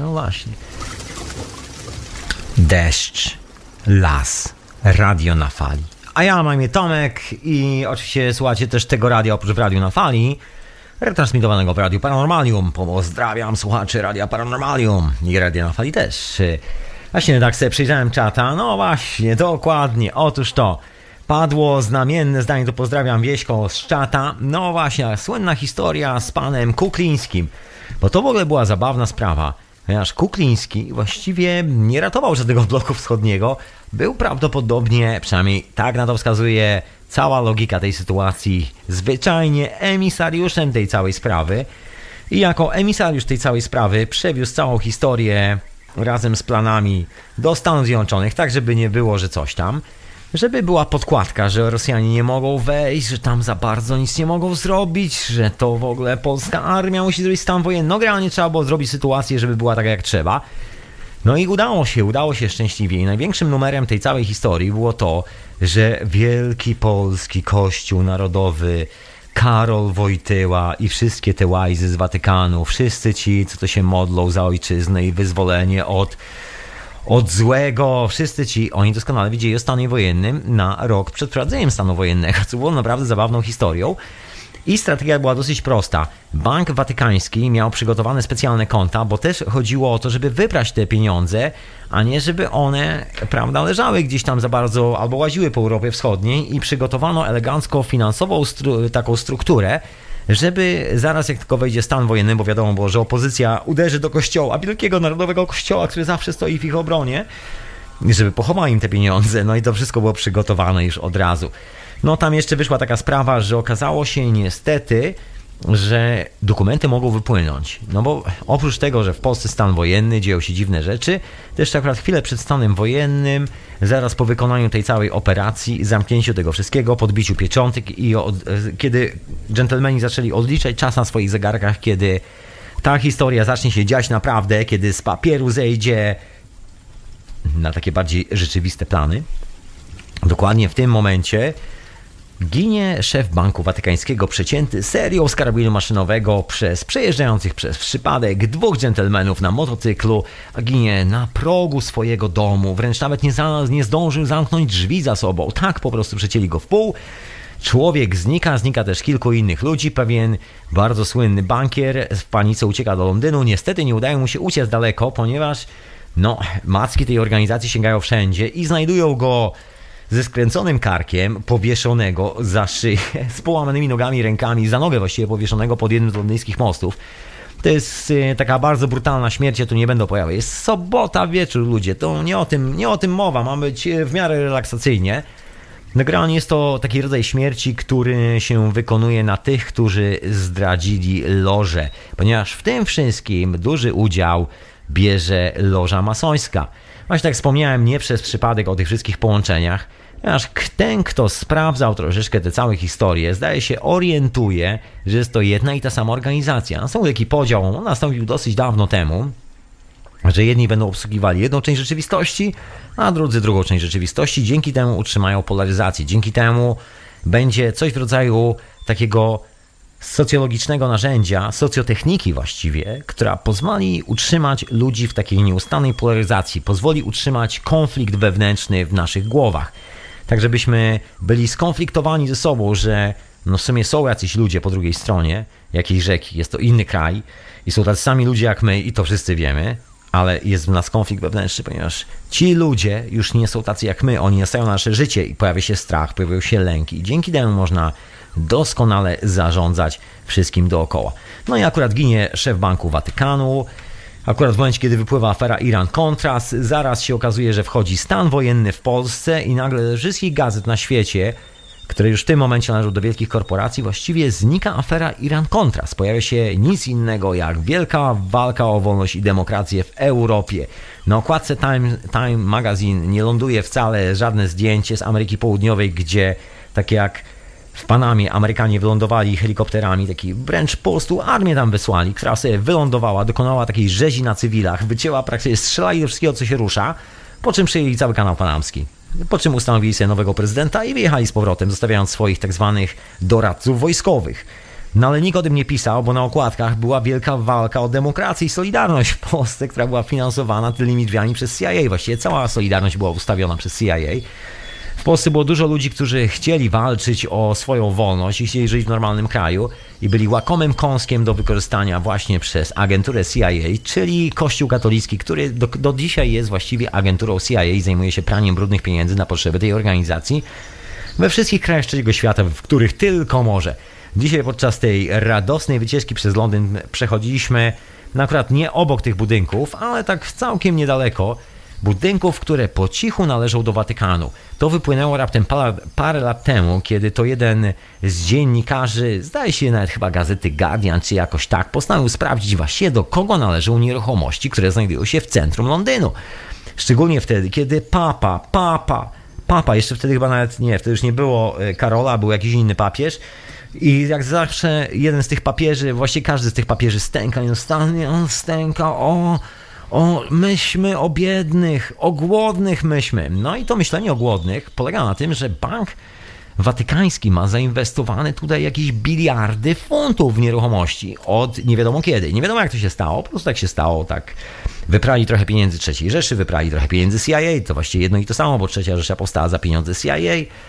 Deszcz, las, radio na fali. A ja mam imię Tomek i oczywiście słuchacie też tego radia oprócz w Radiu na Fali, retransmitowanego w Radiu Paranormalium. Pozdrawiam słuchaczy Radia Paranormalium i Radia na Fali też. Właśnie tak sobie przejrzałem czata, no właśnie, dokładnie, otóż to. Padło znamienne zdanie, to pozdrawiam Wieśko z czata. No właśnie, słynna historia z panem Kuklińskim. Bo to w ogóle była zabawna sprawa. Ponieważ Kukliński właściwie nie ratował żadnego bloku wschodniego. Był prawdopodobnie, przynajmniej tak na to wskazuje cała logika tej sytuacji, zwyczajnie emisariuszem tej całej sprawy. I jako emisariusz tej całej sprawy przewiózł całą historię razem z planami do Stanów Zjednoczonych, tak żeby nie było, że coś tam. Żeby była podkładka, że Rosjanie nie mogą wejść, że tam za bardzo nic nie mogą zrobić, że to w ogóle polska armia musi zrobić stan wojenny. No generalnie trzeba było zrobić sytuację, żeby była taka jak trzeba. No i udało się szczęśliwie. I największym numerem tej całej historii było to, że wielki polski kościół narodowy, Karol Wojtyła i wszystkie te łajzy z Watykanu, wszyscy ci, co to się modlą za ojczyznę i wyzwolenie od złego, wszyscy ci, oni doskonale wiedzieli o stanie wojennym na rok przed wprowadzeniem stanu wojennego, co było naprawdę zabawną historią. I strategia była dosyć prosta. Bank Watykański miał przygotowane specjalne konta, bo też chodziło o to, żeby wybrać te pieniądze, a nie żeby one, prawda, leżały gdzieś tam za bardzo albo łaziły po Europie Wschodniej i przygotowano elegancko finansową taką strukturę, żeby zaraz jak tylko wejdzie stan wojenny, bo wiadomo było, że opozycja uderzy do kościoła, wielkiego narodowego kościoła, który zawsze stoi w ich obronie, żeby pochował im te pieniądze, no i to wszystko było przygotowane już od razu. No tam jeszcze wyszła taka sprawa, że okazało się niestety, że dokumenty mogą wypłynąć. No bo oprócz tego, że w Polsce stan wojenny, dzieją się dziwne rzeczy, też akurat chwilę przed stanem wojennym, zaraz po wykonaniu tej całej operacji, zamknięciu tego wszystkiego, podbiciu pieczątek i kiedy dżentelmeni zaczęli odliczać czas na swoich zegarkach, kiedy ta historia zacznie się dziać naprawdę, kiedy z papieru zejdzie na takie bardziej rzeczywiste plany, dokładnie w tym momencie ginie szef Banku Watykańskiego przecięty serią z karabinu maszynowego przez przejeżdżających przez przypadek dwóch dżentelmenów na motocyklu, a ginie na progu swojego domu. Wręcz nawet nie zdążył zamknąć drzwi za sobą. Tak po prostu przecięli go w pół. Człowiek znika też kilku innych ludzi. Pewien bardzo słynny bankier w panice ucieka do Londynu. Niestety nie udaje mu się uciec daleko, ponieważ macki tej organizacji sięgają wszędzie i znajdują go ze skręconym karkiem, powieszonego za szyję, z połamanymi nogami i rękami, za nogę właściwie powieszonego pod jednym z londyńskich mostów. To jest taka bardzo brutalna śmierć, ja tu nie będę opowiadał. Jest sobota wieczór, ludzie, to nie o tym mowa, ma być w miarę relaksacyjnie. Generalnie jest to taki rodzaj śmierci, który się wykonuje na tych, którzy zdradzili lożę, ponieważ w tym wszystkim duży udział bierze loża masońska. Właśnie tak wspomniałem, nie przez przypadek o tych wszystkich połączeniach, ponieważ ten, kto sprawdzał troszeczkę tę całą historię, zdaje się orientuje, że jest to jedna i ta sama organizacja. Nastąpił taki podział, on nastąpił dosyć dawno temu, że jedni będą obsługiwali jedną część rzeczywistości, a drudzy drugą część rzeczywistości. Dzięki temu utrzymają polaryzację, dzięki temu będzie coś w rodzaju takiego socjologicznego narzędzia, socjotechniki właściwie, która pozwoli utrzymać ludzi w takiej nieustannej polaryzacji, pozwoli utrzymać konflikt wewnętrzny w naszych głowach. Tak, żebyśmy byli skonfliktowani ze sobą, że no w sumie są jacyś ludzie po drugiej stronie jakiejś rzeki, jest to inny kraj i są tacy sami ludzie jak my i to wszyscy wiemy, ale jest w nas konflikt wewnętrzny, ponieważ ci ludzie już nie są tacy jak my, oni nastają na nasze życie i pojawia się strach, pojawiają się lęki i dzięki temu można doskonale zarządzać wszystkim dookoła. No i akurat ginie szef Banku Watykanu, akurat w momencie, kiedy wypływa afera Iran-Contras, zaraz się okazuje, że wchodzi stan wojenny w Polsce i nagle ze wszystkich gazet na świecie, które już w tym momencie należą do wielkich korporacji, właściwie znika afera Iran-Contras. Pojawia się nic innego jak wielka walka o wolność i demokrację w Europie. Na okładce Time Magazine nie ląduje wcale żadne zdjęcie z Ameryki Południowej, gdzie takie jak w Panamie Amerykanie wylądowali helikopterami, taki wręcz po prostu armię tam wysłali, która sobie wylądowała, dokonała takiej rzezi na cywilach, wycięła praktycznie, strzelali do wszystkiego, co się rusza, po czym przyjęli cały kanał panamski. Po czym ustanowili sobie nowego prezydenta i wyjechali z powrotem, zostawiając swoich tak zwanych doradców wojskowych. No ale nikt o tym nie pisał, bo na okładkach była wielka walka o demokrację i solidarność w Polsce, która była finansowana tylnymi drzwiami przez CIA. Właściwie cała solidarność była ustawiona przez CIA. W Polsce było dużo ludzi, którzy chcieli walczyć o swoją wolność i chcieli żyć w normalnym kraju i byli łakomym kąskiem do wykorzystania właśnie przez agenturę CIA, czyli Kościół katolicki, który do dzisiaj jest właściwie agenturą CIA i zajmuje się praniem brudnych pieniędzy na potrzeby tej organizacji we wszystkich krajach trzeciego świata, w których tylko może. Dzisiaj podczas tej radosnej wycieczki przez Londyn przechodziliśmy akurat nie obok tych budynków, ale tak całkiem niedaleko, budynków, które po cichu należą do Watykanu. To wypłynęło raptem parę lat temu, kiedy to jeden z dziennikarzy, zdaje się nawet chyba gazety Guardian, czy jakoś tak, postanowił sprawdzić właściwie do kogo należą nieruchomości, które znajdują się w centrum Londynu. Szczególnie wtedy, kiedy Papa, jeszcze wtedy chyba nawet nie, wtedy już nie było Karola, był jakiś inny papież. I jak zawsze jeden z tych papieży, właściwie każdy z tych papieży stęka, on stęka myślmy o biednych, o głodnych myślmy. No i to myślenie o głodnych polega na tym, że Bank Watykański ma zainwestowane tutaj jakieś biliardy funtów w nieruchomości od nie wiadomo kiedy. Nie wiadomo jak to się stało, po prostu tak się stało, tak. Wyprali trochę pieniędzy III Rzeszy, wyprali trochę pieniędzy CIA, to właściwie jedno i to samo, bo III Rzesza powstała za pieniądze CIA.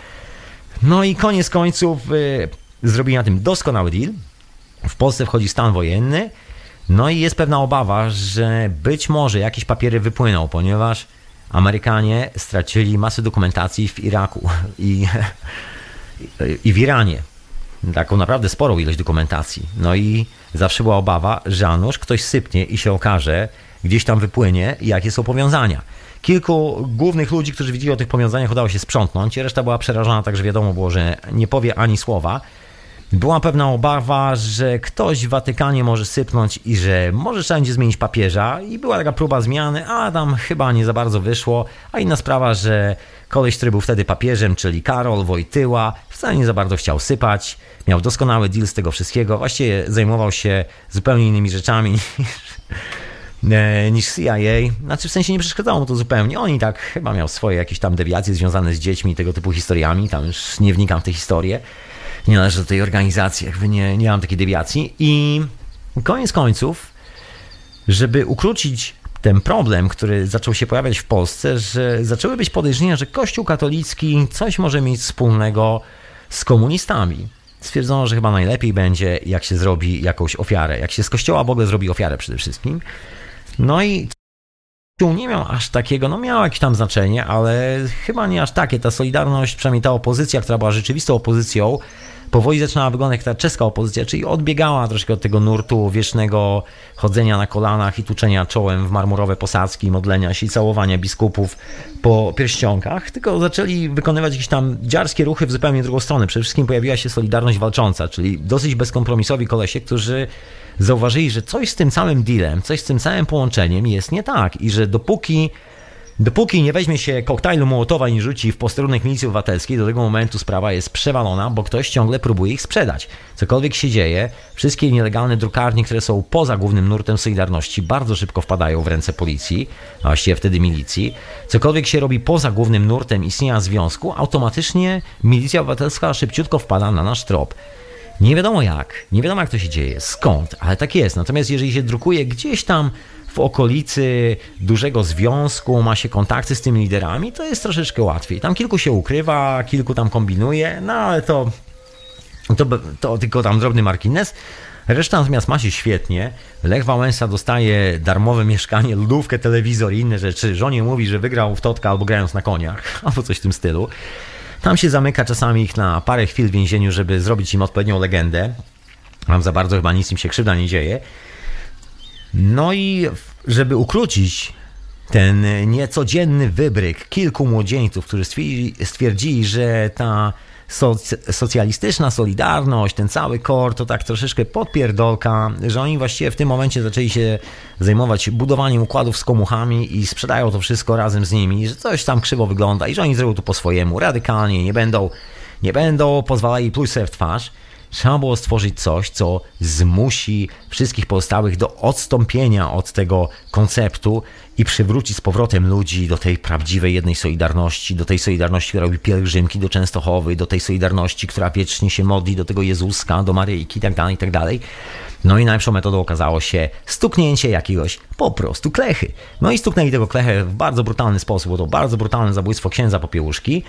No i koniec końców zrobili na tym doskonały deal. W Polsce wchodzi stan wojenny. No i jest pewna obawa, że być może jakieś papiery wypłyną, ponieważ Amerykanie stracili masę dokumentacji w Iraku i w Iranie. Taką naprawdę sporą ilość dokumentacji. No i zawsze była obawa, że a nuż ktoś sypnie i się okaże, gdzieś tam wypłynie, jakie są powiązania. Kilku głównych ludzi, którzy widzieli o tych powiązaniach, udało się sprzątnąć. Reszta była przerażona, także wiadomo było, że nie powie ani słowa. Była pewna obawa, że ktoś w Watykanie może sypnąć i że może trzeba będzie zmienić papieża i była taka próba zmiany, a tam chyba nie za bardzo wyszło, a inna sprawa, że koleś, który był wtedy papieżem, czyli Karol Wojtyła, wcale nie za bardzo chciał sypać, miał doskonały deal z tego wszystkiego, właściwie zajmował się zupełnie innymi rzeczami niż CIA, znaczy w sensie nie przeszkadzało mu to zupełnie, on i tak chyba miał swoje jakieś tam dewiacje związane z dziećmi i tego typu historiami, tam już nie wnikam w tę historię. Nie należy do tej organizacji, jakby nie mam takiej dewiacji. I koniec końców, żeby ukrócić ten problem, który zaczął się pojawiać w Polsce, że zaczęły być podejrzenia, że Kościół katolicki coś może mieć wspólnego z komunistami. Stwierdzono, że chyba najlepiej będzie, jak się zrobi jakąś ofiarę, jak się z Kościoła w ogóle zrobi ofiarę przede wszystkim. No i nie miał aż takiego, no miał jakieś tam znaczenie, ale chyba nie aż takie. Ta Solidarność, przynajmniej ta opozycja, która była rzeczywistą opozycją, powoli zaczynała wyglądać jak ta czeska opozycja, czyli odbiegała troszkę od tego nurtu wiecznego chodzenia na kolanach i tuczenia czołem w marmurowe posadzki, modlenia się i całowania biskupów po pierścionkach, tylko zaczęli wykonywać jakieś tam dziarskie ruchy w zupełnie drugą stronę. Przede wszystkim pojawiła się Solidarność Walcząca, czyli dosyć bezkompromisowi kolesie, którzy zauważyli, że coś z tym całym dealem, coś z tym całym połączeniem jest nie tak i że dopóki Dopóki nie weźmie się koktajlu Mołotowa i nie rzuci w posterunek Milicji Obywatelskiej, do tego momentu sprawa jest przewalona, bo ktoś ciągle próbuje ich sprzedać. Cokolwiek się dzieje, wszystkie nielegalne drukarnie, które są poza głównym nurtem Solidarności, bardzo szybko wpadają w ręce policji, a właściwie wtedy milicji. Cokolwiek się robi poza głównym nurtem istnienia związku, automatycznie Milicja Obywatelska szybciutko wpada na nasz trop. Nie wiadomo jak to się dzieje, skąd, ale tak jest. Natomiast jeżeli się drukuje gdzieś tam w okolicy dużego związku, ma się kontakty z tymi liderami, to jest troszeczkę łatwiej. Tam kilku się ukrywa, kilku tam kombinuje, no ale to tylko tam drobny margines. Reszta natomiast ma się świetnie. Lech Wałęsa dostaje darmowe mieszkanie, lodówkę, telewizor i inne rzeczy. Żonie mówi, że wygrał w totka albo grając na koniach, albo coś w tym stylu. Tam się zamyka czasami ich na parę chwil w więzieniu, żeby zrobić im odpowiednią legendę. Tam za bardzo chyba nic im się krzywda nie dzieje. No i żeby ukrócić ten niecodzienny wybryk kilku młodzieńców, którzy stwierdzili, że ta socjalistyczna Solidarność, ten cały kor to tak troszeczkę podpierdolka, że oni właściwie w tym momencie zaczęli się zajmować budowaniem układów z komuchami i sprzedają to wszystko razem z nimi, że coś tam krzywo wygląda i że oni zrobią to po swojemu, radykalnie, nie będą pozwalali pluć sobie w twarz. Trzeba było stworzyć coś, co zmusi wszystkich pozostałych do odstąpienia od tego konceptu i przywróci z powrotem ludzi do tej prawdziwej jednej Solidarności, do tej Solidarności, która robi pielgrzymki do Częstochowy, do tej Solidarności, która wiecznie się modli do tego Jezuska, do Maryjki itd. No i najlepszą metodą okazało się stuknięcie jakiegoś po prostu klechy. No i stuknęli tego klechę w bardzo brutalny sposób, bo to bardzo brutalne zabójstwo księdza Popiełuszki.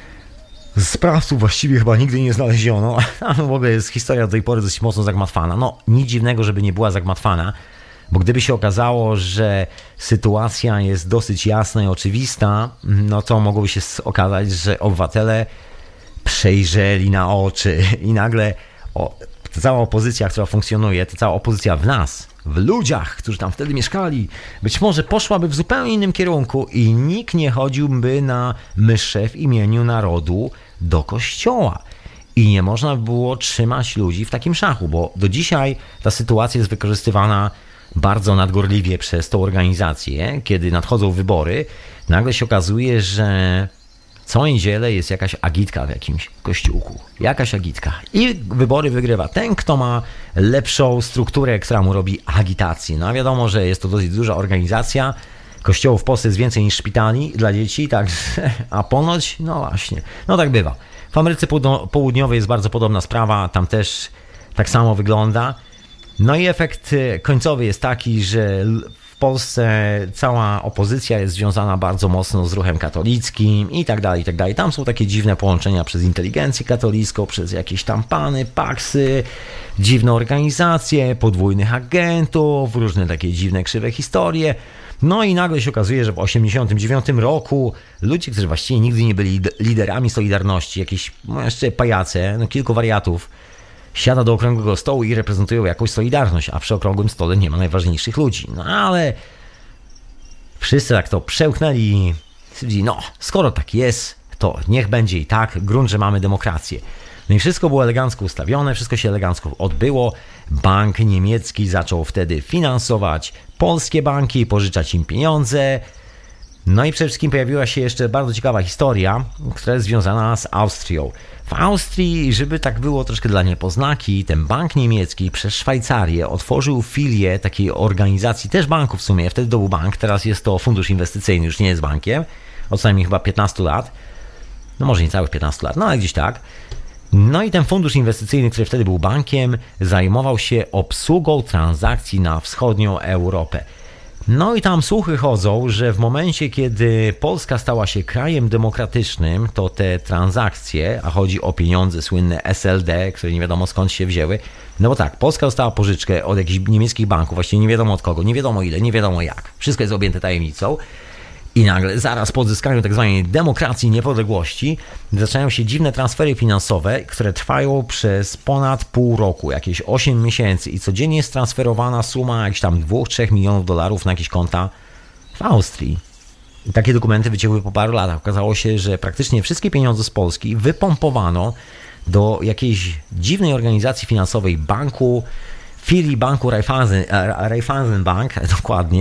Sprawców właściwie chyba nigdy nie znaleziono, a w ogóle jest historia do tej pory dosyć mocno zagmatwana. No nic dziwnego, żeby nie była zagmatwana, bo gdyby się okazało, że sytuacja jest dosyć jasna i oczywista, no to mogłoby się okazać, że obywatele przejrzeli na oczy i nagle ta cała opozycja, która funkcjonuje, ta cała opozycja w nas, w ludziach, którzy tam wtedy mieszkali, być może poszłaby w zupełnie innym kierunku i nikt nie chodziłby na mszę w imieniu narodu do kościoła. I nie można było trzymać ludzi w takim szachu, bo do dzisiaj ta sytuacja jest wykorzystywana bardzo nadgorliwie przez tą organizację. Kiedy nadchodzą wybory, nagle się okazuje, że co niedzielę jest jakaś agitka w jakimś kościółku. Jakaś agitka. I wybory wygrywa ten, kto ma lepszą strukturę, która mu robi agitację. No a wiadomo, że jest to dosyć duża organizacja. Kościołów w Polsce jest więcej niż szpitali dla dzieci, także, a ponoć, no właśnie, no tak bywa. W Ameryce Południowej jest bardzo podobna sprawa, tam też tak samo wygląda. No i efekt końcowy jest taki, że w Polsce cała opozycja jest związana bardzo mocno z ruchem katolickim i tak dalej, i tak dalej. Tam są takie dziwne połączenia przez inteligencję katolicką, przez jakieś tam pany, paksy, dziwne organizacje, podwójnych agentów, różne takie dziwne, krzywe historie. No i nagle się okazuje, że w 1989 roku ludzie, którzy właściwie nigdy nie byli liderami Solidarności, jakieś jeszcze pajace, no kilku wariatów, siada do okrągłego stołu i reprezentują jakąś Solidarność, a przy okrągłym stole nie ma najważniejszych ludzi. No ale wszyscy tak to przełknęli, no skoro tak jest, to niech będzie i tak, grunt, że mamy demokrację. No i wszystko było elegancko ustawione, wszystko się elegancko odbyło. Bank niemiecki zaczął wtedy finansować polskie banki, pożyczać im pieniądze. No i przede wszystkim pojawiła się jeszcze bardzo ciekawa historia, która jest związana z Austrią. W Austrii, żeby tak było troszkę dla niepoznaki, ten bank niemiecki przez Szwajcarię otworzył filię takiej organizacji, też banku w sumie, wtedy to był bank, teraz jest to fundusz inwestycyjny, już nie jest bankiem, od co najmniej chyba 15 lat, no może nie całych 15 lat, no ale gdzieś tak. No i ten fundusz inwestycyjny, który wtedy był bankiem, zajmował się obsługą transakcji na wschodnią Europę. No i tam słuchy chodzą, że w momencie, kiedy Polska stała się krajem demokratycznym, to te transakcje, a chodzi o pieniądze słynne SLD, które nie wiadomo skąd się wzięły, no bo tak, Polska dostała pożyczkę od jakichś niemieckich banków, właściwie nie wiadomo od kogo, nie wiadomo ile, nie wiadomo jak. Wszystko jest objęte tajemnicą. I nagle, zaraz po odzyskaniu tak zwanej demokracji, niepodległości, zaczynają się dziwne transfery finansowe, które trwają przez ponad pół roku, jakieś 8 miesięcy i codziennie jest transferowana suma jakichś tam 2-3 milionów dolarów na jakieś konta w Austrii. I takie dokumenty wyciekły po paru latach. Okazało się, że praktycznie wszystkie pieniądze z Polski wypompowano do jakiejś dziwnej organizacji finansowej banku, filii banku Raiffeisen Bank, dokładnie,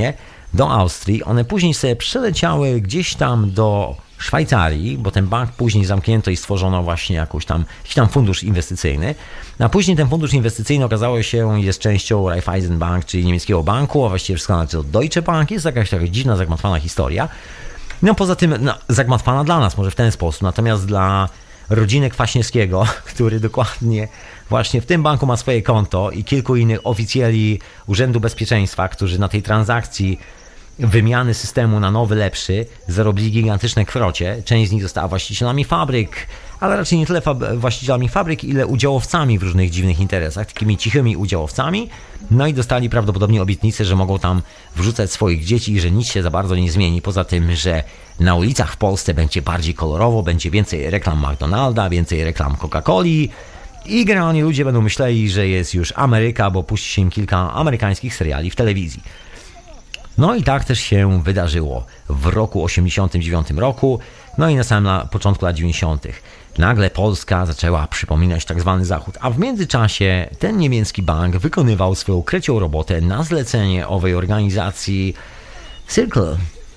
do Austrii. One później sobie przeleciały gdzieś tam do Szwajcarii, bo ten bank później zamknięto i stworzono właśnie jakiś tam fundusz inwestycyjny. A później ten fundusz inwestycyjny okazało się, jest częścią Raiffeisenbank, czyli niemieckiego banku, a właściwie wszystko należy do Deutsche Bank. Jest jakaś taka dziwna, zagmatwana historia. No poza tym, zagmatwana dla nas może w ten sposób, natomiast dla rodziny Kwaśniewskiego, który dokładnie właśnie w tym banku ma swoje konto i kilku innych oficjeli Urzędu Bezpieczeństwa, którzy na tej transakcji wymiany systemu na nowy, lepszy zarobili gigantyczne krocie. Część z nich została właścicielami fabryk, ale raczej nie tyle właścicielami fabryk, ile udziałowcami w różnych dziwnych interesach, takimi cichymi udziałowcami. No i dostali prawdopodobnie obietnicę, że mogą tam wrzucać swoich dzieci i że nic się za bardzo nie zmieni. Poza tym, że na ulicach w Polsce będzie bardziej kolorowo, będzie więcej reklam McDonalda, więcej reklam Coca-Coli i generalnie ludzie będą myśleli, że jest już Ameryka, bo puści się im kilka amerykańskich seriali w telewizji. No i tak też się wydarzyło w roku 89 roku, no i na samym początku lat 90. Nagle Polska zaczęła przypominać tak zwany Zachód, a w międzyczasie ten niemiecki bank wykonywał swoją krecią robotę na zlecenie owej organizacji Circle,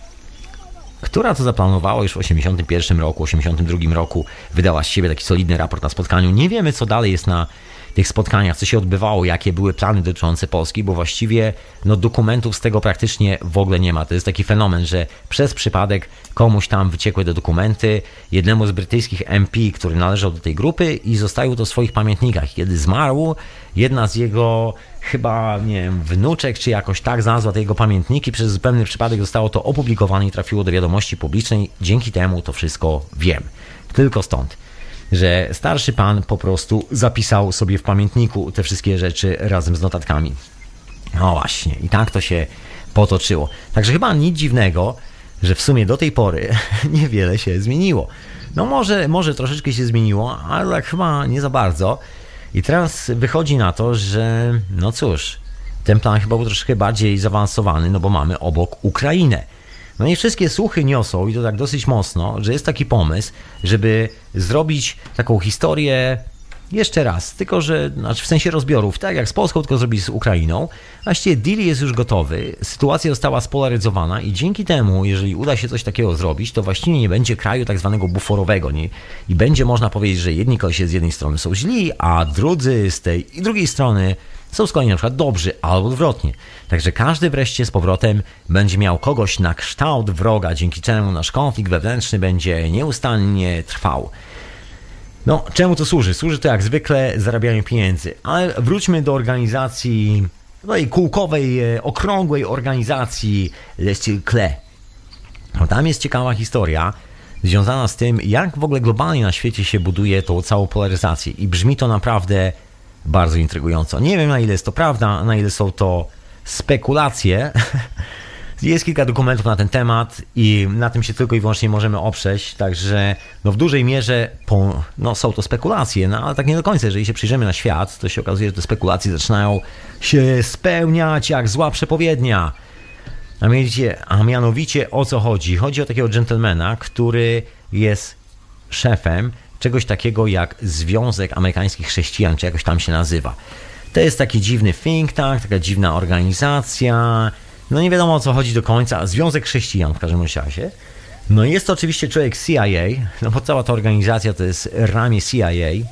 która to zaplanowała już w 81 roku, 82 roku, wydała z siebie taki solidny raport na spotkaniu. Nie wiemy, co dalej jest na tych spotkaniach, co się odbywało, jakie były plany dotyczące Polski, bo właściwie dokumentów z tego praktycznie w ogóle nie ma. To jest taki fenomen, że przez przypadek komuś tam wyciekły te dokumenty, jednemu z brytyjskich MP, który należał do tej grupy i zostawił to w swoich pamiętnikach. Kiedy zmarł, jedna z jego chyba, nie wiem, wnuczek, czy jakoś tak znalazła te jego pamiętniki, przez zupełny przypadek zostało to opublikowane i trafiło do wiadomości publicznej. Dzięki temu to wszystko wiem. Tylko stąd, że starszy pan po prostu zapisał sobie w pamiętniku te wszystkie rzeczy razem z notatkami. No właśnie, i tak to się potoczyło. Także chyba nic dziwnego, że w sumie do tej pory niewiele się zmieniło. No może troszeczkę się zmieniło, ale tak chyba nie za bardzo. I teraz wychodzi na to, że no cóż, ten plan chyba był troszkę bardziej zaawansowany, no bo mamy obok Ukrainę. No i wszystkie słuchy niosą, i to tak dosyć mocno, że jest taki pomysł, żeby zrobić taką historię jeszcze raz, tylko że, w sensie rozbiorów, tak jak z Polską, tylko zrobić z Ukrainą. Właściwie deal jest już gotowy, sytuacja została spolaryzowana i dzięki temu, jeżeli uda się coś takiego zrobić, to właściwie nie będzie kraju tak zwanego buforowego, nie? I będzie można powiedzieć, że jedni kogoś z jednej strony są źli, a drudzy z tej i drugiej strony są z kolei na przykład dobrzy, albo odwrotnie. Także każdy wreszcie z powrotem będzie miał kogoś na kształt wroga, dzięki czemu nasz konflikt wewnętrzny będzie nieustannie trwał. No, czemu to służy? Służy to jak zwykle zarabianiu pieniędzy. Ale wróćmy do organizacji, tej kółkowej, okrągłej organizacji Le Cercle. No, tam jest ciekawa historia związana z tym, jak w ogóle globalnie na świecie się buduje tą całą polaryzację. I brzmi to naprawdę bardzo intrygująco. Nie wiem, na ile jest to prawda, na ile są to spekulacje. Jest kilka dokumentów na ten temat i na tym się tylko i wyłącznie możemy oprzeć, także w dużej mierze są to spekulacje, ale tak nie do końca. Jeżeli się przyjrzymy na świat, to się okazuje, że te spekulacje zaczynają się spełniać jak zła przepowiednia. A mianowicie o co chodzi? Chodzi o takiego dżentelmena, który jest szefem czegoś takiego jak Związek Amerykańskich Chrześcijan, czy jakoś tam się nazywa. To jest taki dziwny think tank, taka dziwna organizacja. No nie wiadomo o co chodzi do końca. Związek Chrześcijan w każdym razie. No jest to oczywiście człowiek CIA, no bo cała ta organizacja to jest ramię CIA.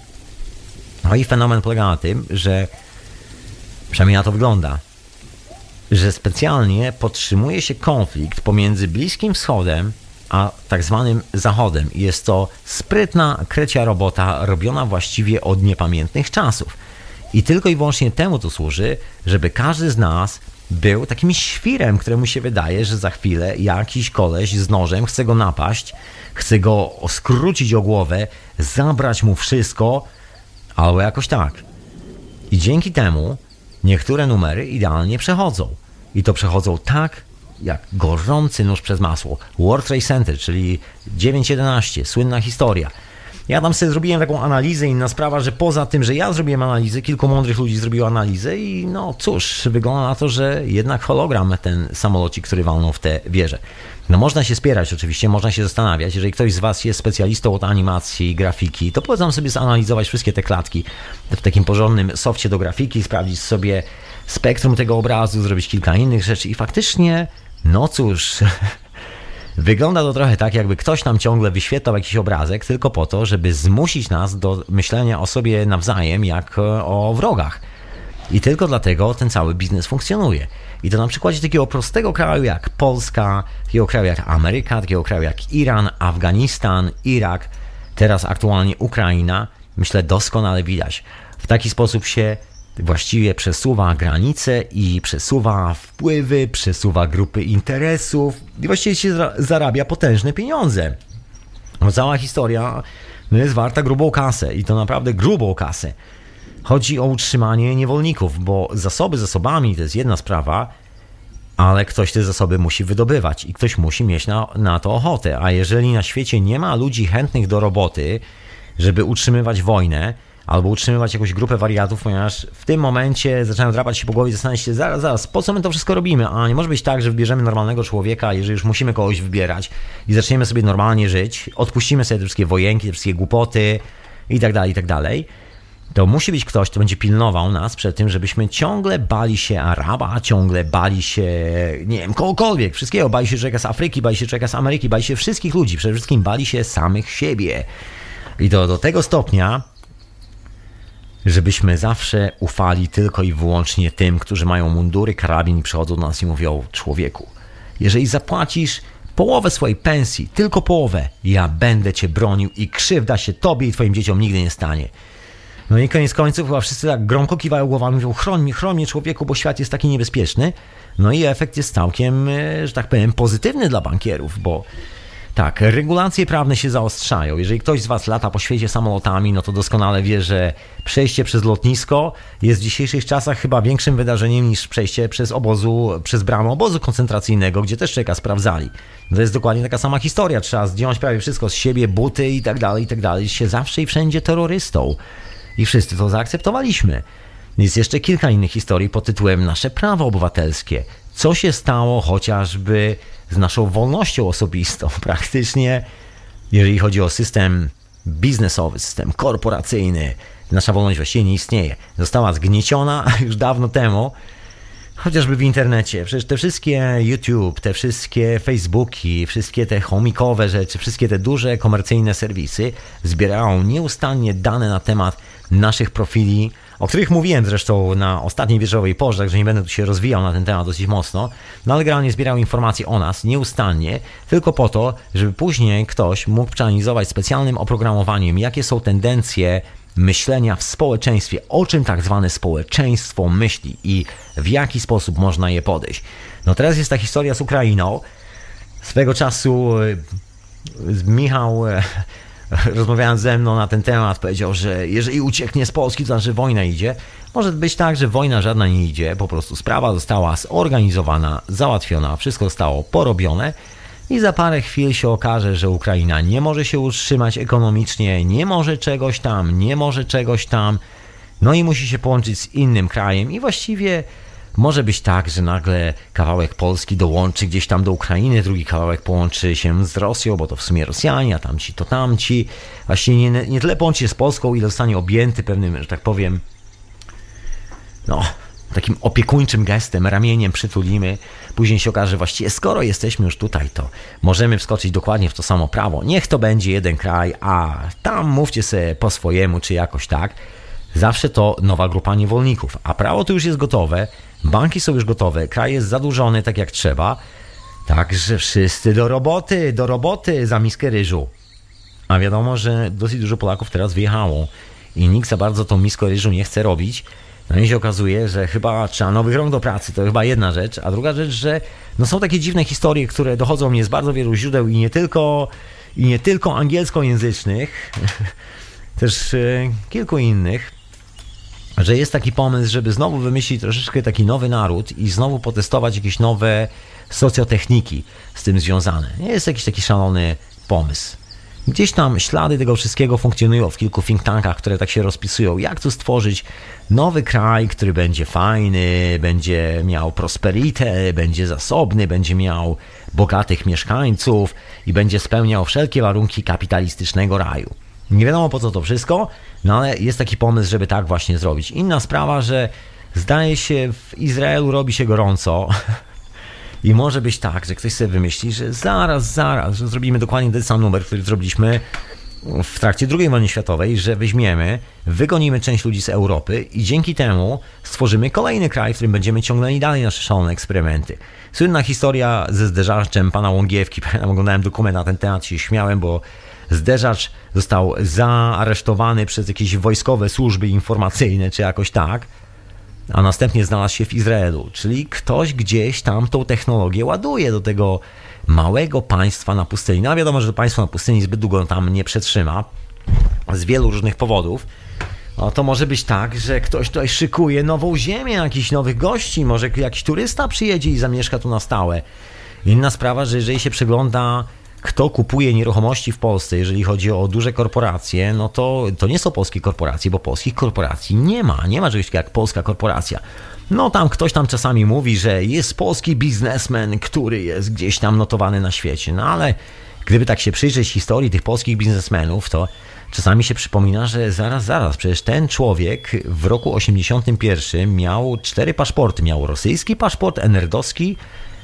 No i fenomen polega na tym, że przynajmniej na to wygląda, że specjalnie podtrzymuje się konflikt pomiędzy Bliskim Wschodem a tak zwanym Zachodem. Jest to sprytna, krecia robota robiona właściwie od niepamiętnych czasów. I tylko i wyłącznie temu to służy, żeby każdy z nas był takim świrem, któremu się wydaje, że za chwilę jakiś koleś z nożem chce go napaść, chce go skrócić o głowę, zabrać mu wszystko, albo jakoś tak. I dzięki temu niektóre numery idealnie przechodzą. I to przechodzą tak, jak gorący nóż przez masło. World Trade Center, czyli 9/11, słynna historia. Ja tam sobie zrobiłem taką analizę, inna sprawa, że poza tym, że ja zrobiłem analizę, kilku mądrych ludzi zrobiło analizę i no cóż, wygląda na to, że jednak hologram ten samolocik, który walnął w tę wieżę. No można się spierać oczywiście, można się zastanawiać, jeżeli ktoś z Was jest specjalistą od animacji i grafiki, to polecam sobie zanalizować wszystkie te klatki w takim porządnym softie do grafiki, sprawdzić sobie spektrum tego obrazu, zrobić kilka innych rzeczy i faktycznie No cóż, wygląda to trochę tak, jakby ktoś nam ciągle wyświetlał jakiś obrazek tylko po to, żeby zmusić nas do myślenia o sobie nawzajem jak o wrogach. I tylko dlatego ten cały biznes funkcjonuje. I to na przykładzie takiego prostego kraju jak Polska, takiego kraju jak Ameryka, takiego kraju jak Iran, Afganistan, Irak, teraz aktualnie Ukraina, myślę doskonale widać. W taki sposób się właściwie przesuwa granice i przesuwa wpływy, przesuwa grupy interesów i właściwie się zarabia potężne pieniądze. Bo cała historia jest warta grubą kasę i to naprawdę grubą kasę. Chodzi o utrzymanie niewolników, bo zasobami to jest jedna sprawa, ale ktoś te zasoby musi wydobywać i ktoś musi mieć na to ochotę. A jeżeli na świecie nie ma ludzi chętnych do roboty, żeby utrzymywać wojnę albo utrzymywać jakąś grupę wariatów, ponieważ w tym momencie zaczynają drapać się po głowie i zastanawiać się, zaraz, po co my to wszystko robimy? A nie może być tak, że wybierzemy normalnego człowieka, jeżeli już musimy kogoś wybierać i zaczniemy sobie normalnie żyć, odpuścimy sobie te wszystkie wojenki, te wszystkie głupoty i tak dalej, to musi być ktoś, kto będzie pilnował nas przed tym, żebyśmy ciągle bali się Araba, ciągle bali się, nie wiem, kogokolwiek, wszystkiego. Bali się człowieka z Afryki, bali się człowieka z Ameryki, bali się wszystkich ludzi, przede wszystkim bali się samych siebie. I to do tego stopnia, żebyśmy zawsze ufali tylko i wyłącznie tym, którzy mają mundury, karabin i przychodzą do nas i mówią: człowieku, jeżeli zapłacisz połowę swojej pensji, tylko połowę, ja będę cię bronił i krzywda się tobie i twoim dzieciom nigdy nie stanie. No i koniec końców chyba wszyscy tak gromko kiwają głowami, mówią: chroń mnie człowieku, bo świat jest taki niebezpieczny. No i efekt jest całkiem, że tak powiem, pozytywny dla bankierów, bo tak, regulacje prawne się zaostrzają. Jeżeli ktoś z was lata po świecie samolotami, no to doskonale wie, że przejście przez lotnisko jest w dzisiejszych czasach chyba większym wydarzeniem niż przejście przez bramę obozu koncentracyjnego, gdzie też człowieka sprawdzali. To jest dokładnie taka sama historia. Trzeba zdjąć prawie wszystko z siebie, buty i tak dalej. Się zawsze i wszędzie terrorystą. I wszyscy to zaakceptowaliśmy. Jest jeszcze kilka innych historii pod tytułem Nasze prawa obywatelskie. Co się stało chociażby z naszą wolnością osobistą? Praktycznie, jeżeli chodzi o system biznesowy, system korporacyjny, nasza wolność właściwie nie istnieje. Została zgnieciona już dawno temu, chociażby w internecie. Przecież te wszystkie YouTube, te wszystkie Facebooki, wszystkie te chomikowe rzeczy, wszystkie te duże komercyjne serwisy zbierają nieustannie dane na temat naszych profili, o których mówiłem zresztą na ostatniej wieczorowej porze, także nie będę tu się rozwijał na ten temat dosyć mocno, no ale generalnie zbierają informacje o nas nieustannie, tylko po to, żeby później ktoś mógł przeanalizować specjalnym oprogramowaniem, jakie są tendencje myślenia w społeczeństwie, o czym tak zwane społeczeństwo myśli i w jaki sposób można je podejść. No teraz jest ta historia z Ukrainą. Swego czasu Michał, rozmawiając ze mną na ten temat, powiedział, że jeżeli ucieknie z Polski, to znaczy wojna idzie. Może być tak, że wojna żadna nie idzie, po prostu sprawa została zorganizowana, załatwiona, wszystko zostało porobione i za parę chwil się okaże, że Ukraina nie może się utrzymać ekonomicznie, nie może czegoś tam, no i musi się połączyć z innym krajem i właściwie może być tak, że nagle kawałek Polski dołączy gdzieś tam do Ukrainy, drugi kawałek połączy się z Rosją, bo to w sumie Rosjanie, a tamci to tamci. Właściwie nie tyle połączy się z Polską, ile zostanie objęty pewnym, że tak powiem, no, takim opiekuńczym gestem, ramieniem przytulimy. Później się okaże, że właściwie skoro jesteśmy już tutaj, to możemy wskoczyć dokładnie w to samo prawo. Niech to będzie jeden kraj, a tam mówcie sobie po swojemu, czy jakoś tak. Zawsze to nowa grupa niewolników, a prawo to już jest gotowe, banki są już gotowe, kraj jest zadłużony tak jak trzeba, także wszyscy do roboty za miskę ryżu. A wiadomo, że dosyć dużo Polaków teraz wyjechało i nikt za bardzo tą miskę ryżu nie chce robić. No i się okazuje, że chyba trzeba nowych rąk do pracy, to chyba jedna rzecz, a druga rzecz, że no są takie dziwne historie, które dochodzą mnie z bardzo wielu źródeł i nie tylko angielskojęzycznych, też kilku innych, że jest taki pomysł, żeby znowu wymyślić troszeczkę taki nowy naród i znowu potestować jakieś nowe socjotechniki z tym związane. Nie jest jakiś taki szalony pomysł. Gdzieś tam ślady tego wszystkiego funkcjonują w kilku think tankach, które tak się rozpisują. Jak tu stworzyć nowy kraj, który będzie fajny, będzie miał prosperitę, będzie zasobny, będzie miał bogatych mieszkańców i będzie spełniał wszelkie warunki kapitalistycznego raju. Nie wiadomo po co to wszystko, no ale jest taki pomysł, żeby tak właśnie zrobić. Inna sprawa, że zdaje się w Izraelu robi się gorąco I może być tak, że ktoś sobie wymyśli, że zaraz, że zrobimy dokładnie ten sam numer, który zrobiliśmy w trakcie II wojny światowej, że weźmiemy, wygonimy część ludzi z Europy i dzięki temu stworzymy kolejny kraj, w którym będziemy ciągnęli dalej nasze szalone eksperymenty. Słynna historia ze zderzaczem pana Łągiewki. Pamiętam, oglądałem dokument na ten temat, się śmiałem, bo zderzacz został zaaresztowany przez jakieś wojskowe służby informacyjne, czy jakoś tak, a następnie znalazł się w Izraelu. Czyli ktoś gdzieś tam tą technologię ładuje do tego małego państwa na pustyni. No wiadomo, że to państwo na pustyni zbyt długo tam nie przetrzyma z wielu różnych powodów. No to może być tak, że ktoś tutaj szykuje nową ziemię, jakichś nowych gości, może jakiś turysta przyjedzie i zamieszka tu na stałe. Inna sprawa, że jeżeli się przegląda, kto kupuje nieruchomości w Polsce, jeżeli chodzi o duże korporacje, no to nie są polskie korporacje, bo polskich korporacji nie ma. Nie ma czegoś takiego jak polska korporacja. No tam ktoś tam czasami mówi, że jest polski biznesmen, który jest gdzieś tam notowany na świecie. No ale gdyby tak się przyjrzeć historii tych polskich biznesmenów, to czasami się przypomina, że zaraz, przecież ten człowiek w roku 81 miał 4 paszporty. Miał rosyjski paszport, NRD-owski,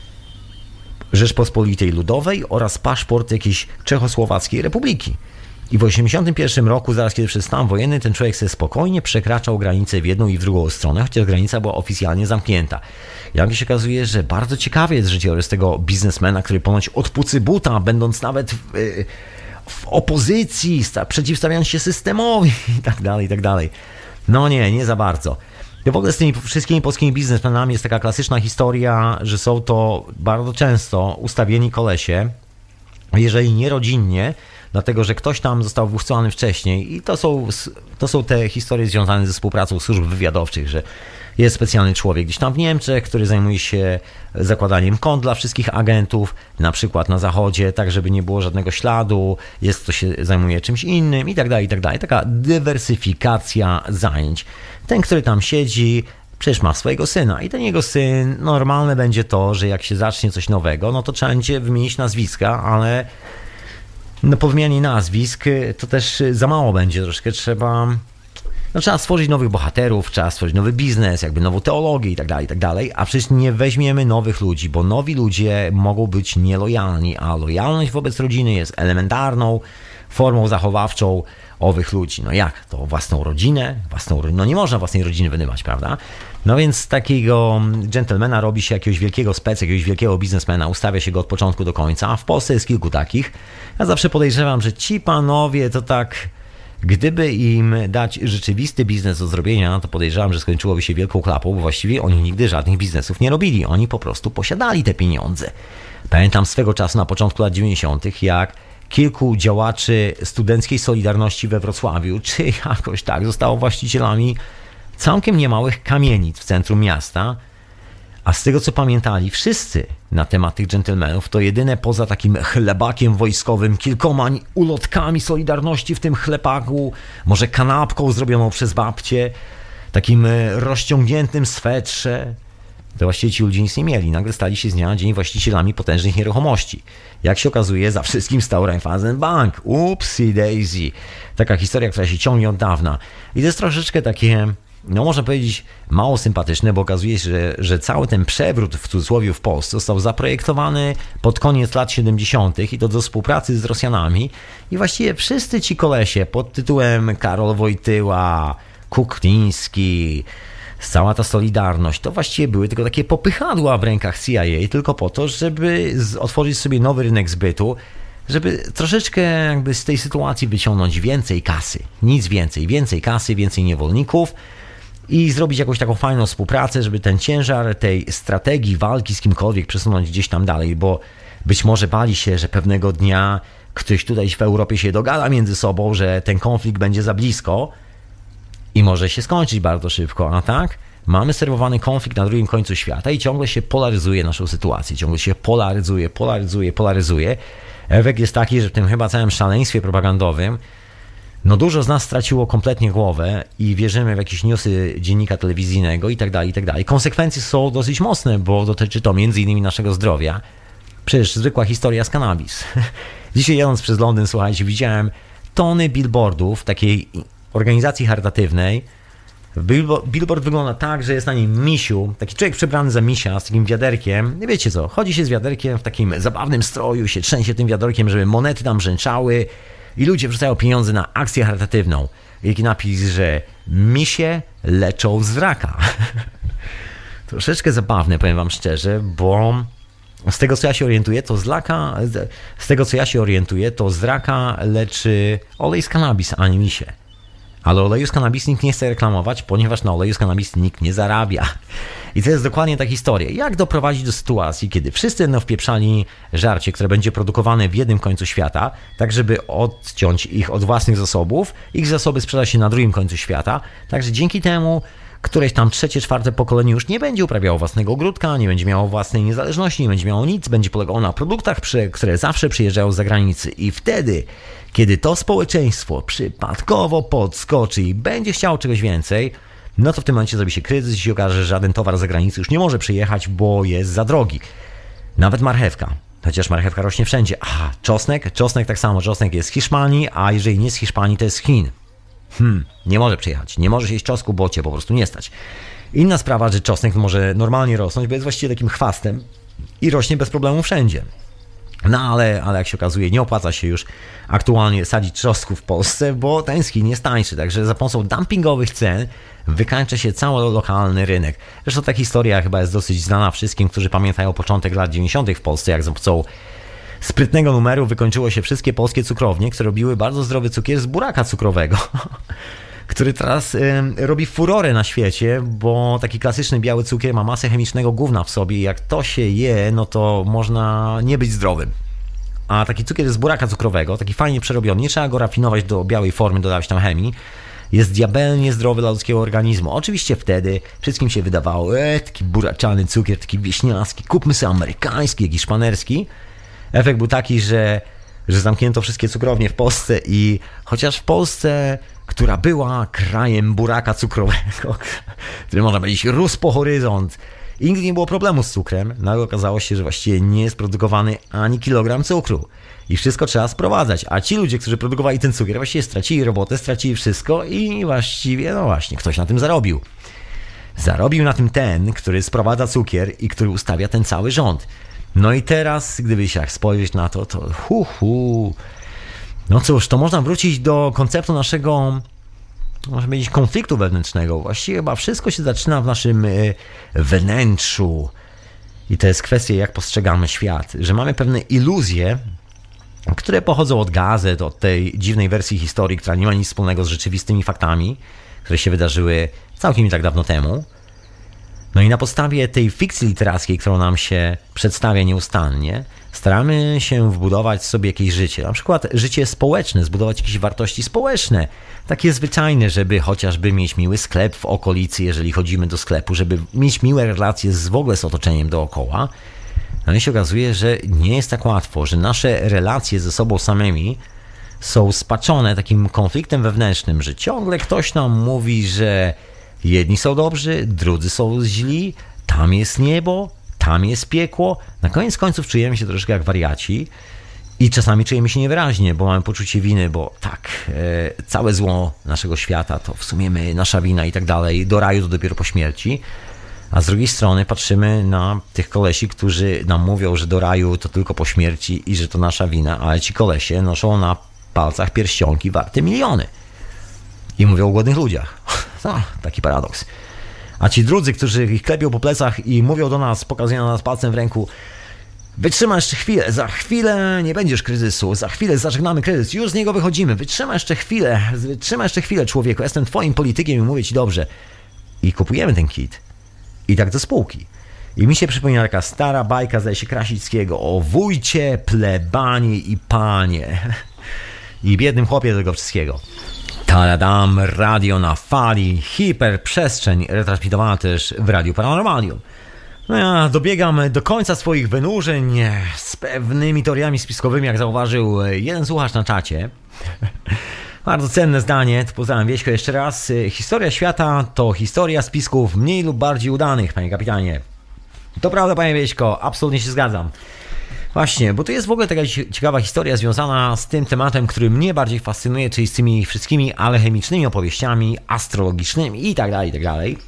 Rzeczpospolitej Ludowej oraz paszport jakiejś Czechosłowackiej Republiki. I w 1981 roku, zaraz kiedy przez stan wojenny, ten człowiek sobie spokojnie przekraczał granicę w jedną i w drugą stronę, chociaż granica była oficjalnie zamknięta. Jak się okazuje, że bardzo ciekawy jest życiorys tego biznesmena, który ponoć od pucy buta, będąc nawet w opozycji, przeciwstawiając się systemowi i tak dalej. No nie za bardzo. I w ogóle z tymi wszystkimi polskimi biznesmenami jest taka klasyczna historia, że są to bardzo często ustawieni kolesie, jeżeli nie rodzinnie, dlatego że ktoś tam został wychwalony wcześniej i to są te historie związane ze współpracą służb wywiadowczych, że jest specjalny człowiek gdzieś tam w Niemczech, który zajmuje się zakładaniem kont dla wszystkich agentów, na przykład na zachodzie, tak żeby nie było żadnego śladu, jest kto się zajmuje czymś innym i tak dalej. Taka dywersyfikacja zajęć. Ten, który tam siedzi, przecież ma swojego syna i ten jego syn, normalne będzie to, że jak się zacznie coś nowego, no to trzeba będzie wymienić nazwiska, ale po wymianie nazwisk to też za mało będzie, troszkę trzeba stworzyć nowych bohaterów, trzeba stworzyć nowy biznes, jakby nową teologię i tak dalej, a przecież nie weźmiemy nowych ludzi, bo nowi ludzie mogą być nielojalni, a lojalność wobec rodziny jest elementarną formą zachowawczą owych ludzi. No jak? To własną rodzinę? No nie można własnej rodziny wynywać, prawda? No więc z takiego dżentelmena robi się jakiegoś wielkiego speca, jakiegoś wielkiego biznesmena, ustawia się go od początku do końca, a w Polsce jest kilku takich. Ja zawsze podejrzewam, że ci panowie to tak, gdyby im dać rzeczywisty biznes do zrobienia, to podejrzewam, że skończyłoby się wielką klapą, bo właściwie oni nigdy żadnych biznesów nie robili. Oni po prostu posiadali te pieniądze. Pamiętam swego czasu na początku lat 90., jak kilku działaczy studenckiej Solidarności we Wrocławiu, czy jakoś tak, zostało właścicielami całkiem niemałych kamienic w centrum miasta, a z tego co pamiętali wszyscy na temat tych dżentelmenów, to jedyne poza takim chlebakiem wojskowym, kilkoma ulotkami Solidarności w tym chlebaku, może kanapką zrobioną przez babcię, takim rozciągniętym swetrze, to właściwie ci ludzie nic nie mieli. Nagle stali się z dnia na dzień właścicielami potężnych nieruchomości. Jak się okazuje, za wszystkim stał Raiffeisenbank. Upsi daisy. Taka historia, która się ciągnie od dawna. I to jest troszeczkę takie, no można powiedzieć, mało sympatyczne, bo okazuje się, że cały ten przewrót w cudzysłowie w Polsce został zaprojektowany pod koniec lat 70. i to do współpracy z Rosjanami. I właściwie wszyscy ci kolesie pod tytułem Karol Wojtyła, Kukliński, cała ta Solidarność, to właściwie były tylko takie popychadła w rękach CIA, tylko po to, żeby otworzyć sobie nowy rynek zbytu, żeby troszeczkę jakby z tej sytuacji wyciągnąć więcej kasy. Nic więcej. Więcej kasy, więcej niewolników i zrobić jakąś taką fajną współpracę, żeby ten ciężar tej strategii walki z kimkolwiek przesunąć gdzieś tam dalej, bo być może bali się, że pewnego dnia ktoś tutaj w Europie się dogada między sobą, że ten konflikt będzie za blisko, i może się skończyć bardzo szybko, a tak? Mamy serwowany konflikt na drugim końcu świata i ciągle się polaryzuje naszą sytuację. Ciągle się polaryzuje. Efekt jest taki, że w tym chyba całym szaleństwie propagandowym no dużo z nas straciło kompletnie głowę i wierzymy w jakieś newsy dziennika telewizyjnego i tak dalej. Konsekwencje są dosyć mocne, bo dotyczy to m.in. naszego zdrowia. Przecież zwykła historia z cannabis. Dzisiaj jadąc przez Londyn, słuchajcie, widziałem tony billboardów takiej organizacji charytatywnej Billboard wygląda tak, że jest na nim misiu, taki człowiek przebrany za misia z takim wiaderkiem. Nie wiecie co, chodzi się z wiaderkiem w takim zabawnym stroju, się trzęsie tym wiaderkiem, żeby monety tam brzęczały i ludzie wrzucają pieniądze na akcję charytatywną. Jaki napis, że misie leczą z raka. Troszeczkę zabawne, powiem wam szczerze, bo z tego co ja się orientuję, to z raka leczy olej z kanabis, a nie misie. Ale oleju z kanabis nikt nie chce reklamować, ponieważ na oleju z kanabis nikt nie zarabia. I to jest dokładnie ta historia. Jak doprowadzić do sytuacji, kiedy wszyscy będą wpieprzali żarcie, które będzie produkowane w jednym końcu świata, tak żeby odciąć ich od własnych zasobów, ich zasoby sprzeda się na drugim końcu świata, także dzięki temu któreś tam trzecie, czwarte pokolenie już nie będzie uprawiało własnego ogródka, nie będzie miało własnej niezależności, nie będzie miało nic, będzie polegało na produktach, które zawsze przyjeżdżają z zagranicy. I wtedy, kiedy to społeczeństwo przypadkowo podskoczy i będzie chciało czegoś więcej, no to w tym momencie zrobi się kryzys i się okaże, że żaden towar z zagranicy już nie może przyjechać, bo jest za drogi. Nawet marchewka. Chociaż marchewka rośnie wszędzie. A czosnek tak samo. Czosnek jest z Hiszpanii, a jeżeli nie z Hiszpanii, to jest z Chin. Nie może przyjechać. Nie może się jeść czosnku, bo cię po prostu nie stać. Inna sprawa, że czosnek może normalnie rosnąć, bo jest właściwie takim chwastem i rośnie bez problemu wszędzie. No ale jak się okazuje, nie opłaca się już aktualnie sadzić czosnku w Polsce, bo ten z Chin jest tańszy. Także za pomocą dumpingowych cen wykańcza się cały lokalny rynek. Zresztą ta historia chyba jest dosyć znana wszystkim, którzy pamiętają początek lat 90. w Polsce, jak za pomocą sprytnego numeru wykończyło się wszystkie polskie cukrownie, które robiły bardzo zdrowy cukier z buraka cukrowego, który teraz robi furorę na świecie, bo taki klasyczny biały cukier ma masę chemicznego gówna w sobie i jak to się je, no to można nie być zdrowym. A taki cukier z buraka cukrowego, taki fajnie przerobiony, nie trzeba go rafinować do białej formy, dodawać tam chemii, jest diabelnie zdrowy dla ludzkiego organizmu. Oczywiście wtedy wszystkim się wydawało, taki buraczany cukier, taki wieśniacki, kupmy sobie amerykański, jakiś szpanerski. Efekt był taki, że zamknięto wszystkie cukrownie w Polsce i chociaż w Polsce, która była krajem buraka cukrowego, który można powiedzieć rósł po horyzont i nigdy nie było problemu z cukrem, nagle okazało się, że właściwie nie jest produkowany ani kilogram cukru i wszystko trzeba sprowadzać, a ci ludzie, którzy produkowali ten cukier, właściwie stracili robotę, stracili wszystko i właściwie, no właśnie, ktoś na tym zarobił. Zarobił na tym ten, który sprowadza cukier i który ustawia ten cały rząd. No i teraz, gdyby się tak spojrzeć na to, no cóż, to można wrócić do konceptu naszego, można powiedzieć, konfliktu wewnętrznego. Właściwie chyba wszystko się zaczyna w naszym wnętrzu. I to jest kwestia, jak postrzegamy świat. Że mamy pewne iluzje, które pochodzą od gazet, od tej dziwnej wersji historii, która nie ma nic wspólnego z rzeczywistymi faktami, które się wydarzyły całkiem nie tak dawno temu. No i na podstawie tej fikcji literackiej, którą nam się przedstawia nieustannie, staramy się wbudować sobie jakieś życie. Na przykład życie społeczne, zbudować jakieś wartości społeczne. Takie zwyczajne, żeby chociażby mieć miły sklep w okolicy, jeżeli chodzimy do sklepu, żeby mieć miłe relacje w ogóle z otoczeniem dookoła. No i się okazuje, że nie jest tak łatwo, że nasze relacje ze sobą samymi są spaczone takim konfliktem wewnętrznym, że ciągle ktoś nam mówi, że jedni są dobrzy, drudzy są źli, tam jest niebo, tam jest piekło. Na koniec końców czujemy się troszkę jak wariaci i czasami czujemy się niewyraźnie, bo mamy poczucie winy, bo tak, całe zło naszego świata to w sumie my, nasza wina i tak dalej, do raju to dopiero po śmierci. A z drugiej strony patrzymy na tych kolesi, którzy nam mówią, że do raju to tylko po śmierci i że to nasza wina, ale ci kolesie noszą na palcach pierścionki warte miliony. I mówią o głodnych ludziach. No, taki paradoks. A ci drudzy, którzy ich klepią po plecach i mówią do nas, pokazują na nas palcem w ręku: wytrzymaj jeszcze chwilę, za chwilę nie będziesz kryzysu, za chwilę zażegnamy kryzys, już z niego wychodzimy, wytrzymaj jeszcze chwilę człowieku, jestem twoim politykiem i mówię ci dobrze. I kupujemy ten kit. I tak do spółki. I mi się przypomina taka stara bajka, zdaje się, Krasickiego o wójcie, plebanie i panie. I biednym chłopie tego wszystkiego. Taradam, radio na fali, hiperprzestrzeń, retransmitowana też w Radiu Paranormalium. No ja dobiegam do końca swoich wynurzeń z pewnymi teoriami spiskowymi, jak zauważył jeden słuchacz na czacie. Bardzo cenne zdanie, to pozdrawiam Wieśko jeszcze raz. Historia świata to historia spisków mniej lub bardziej udanych, panie kapitanie. To prawda, panie Wieśko, absolutnie się zgadzam. Właśnie, bo to jest w ogóle taka ciekawa historia związana z tym tematem, który mnie bardziej fascynuje, czyli z tymi wszystkimi alchemicznymi opowieściami, astrologicznymi i tak dalej.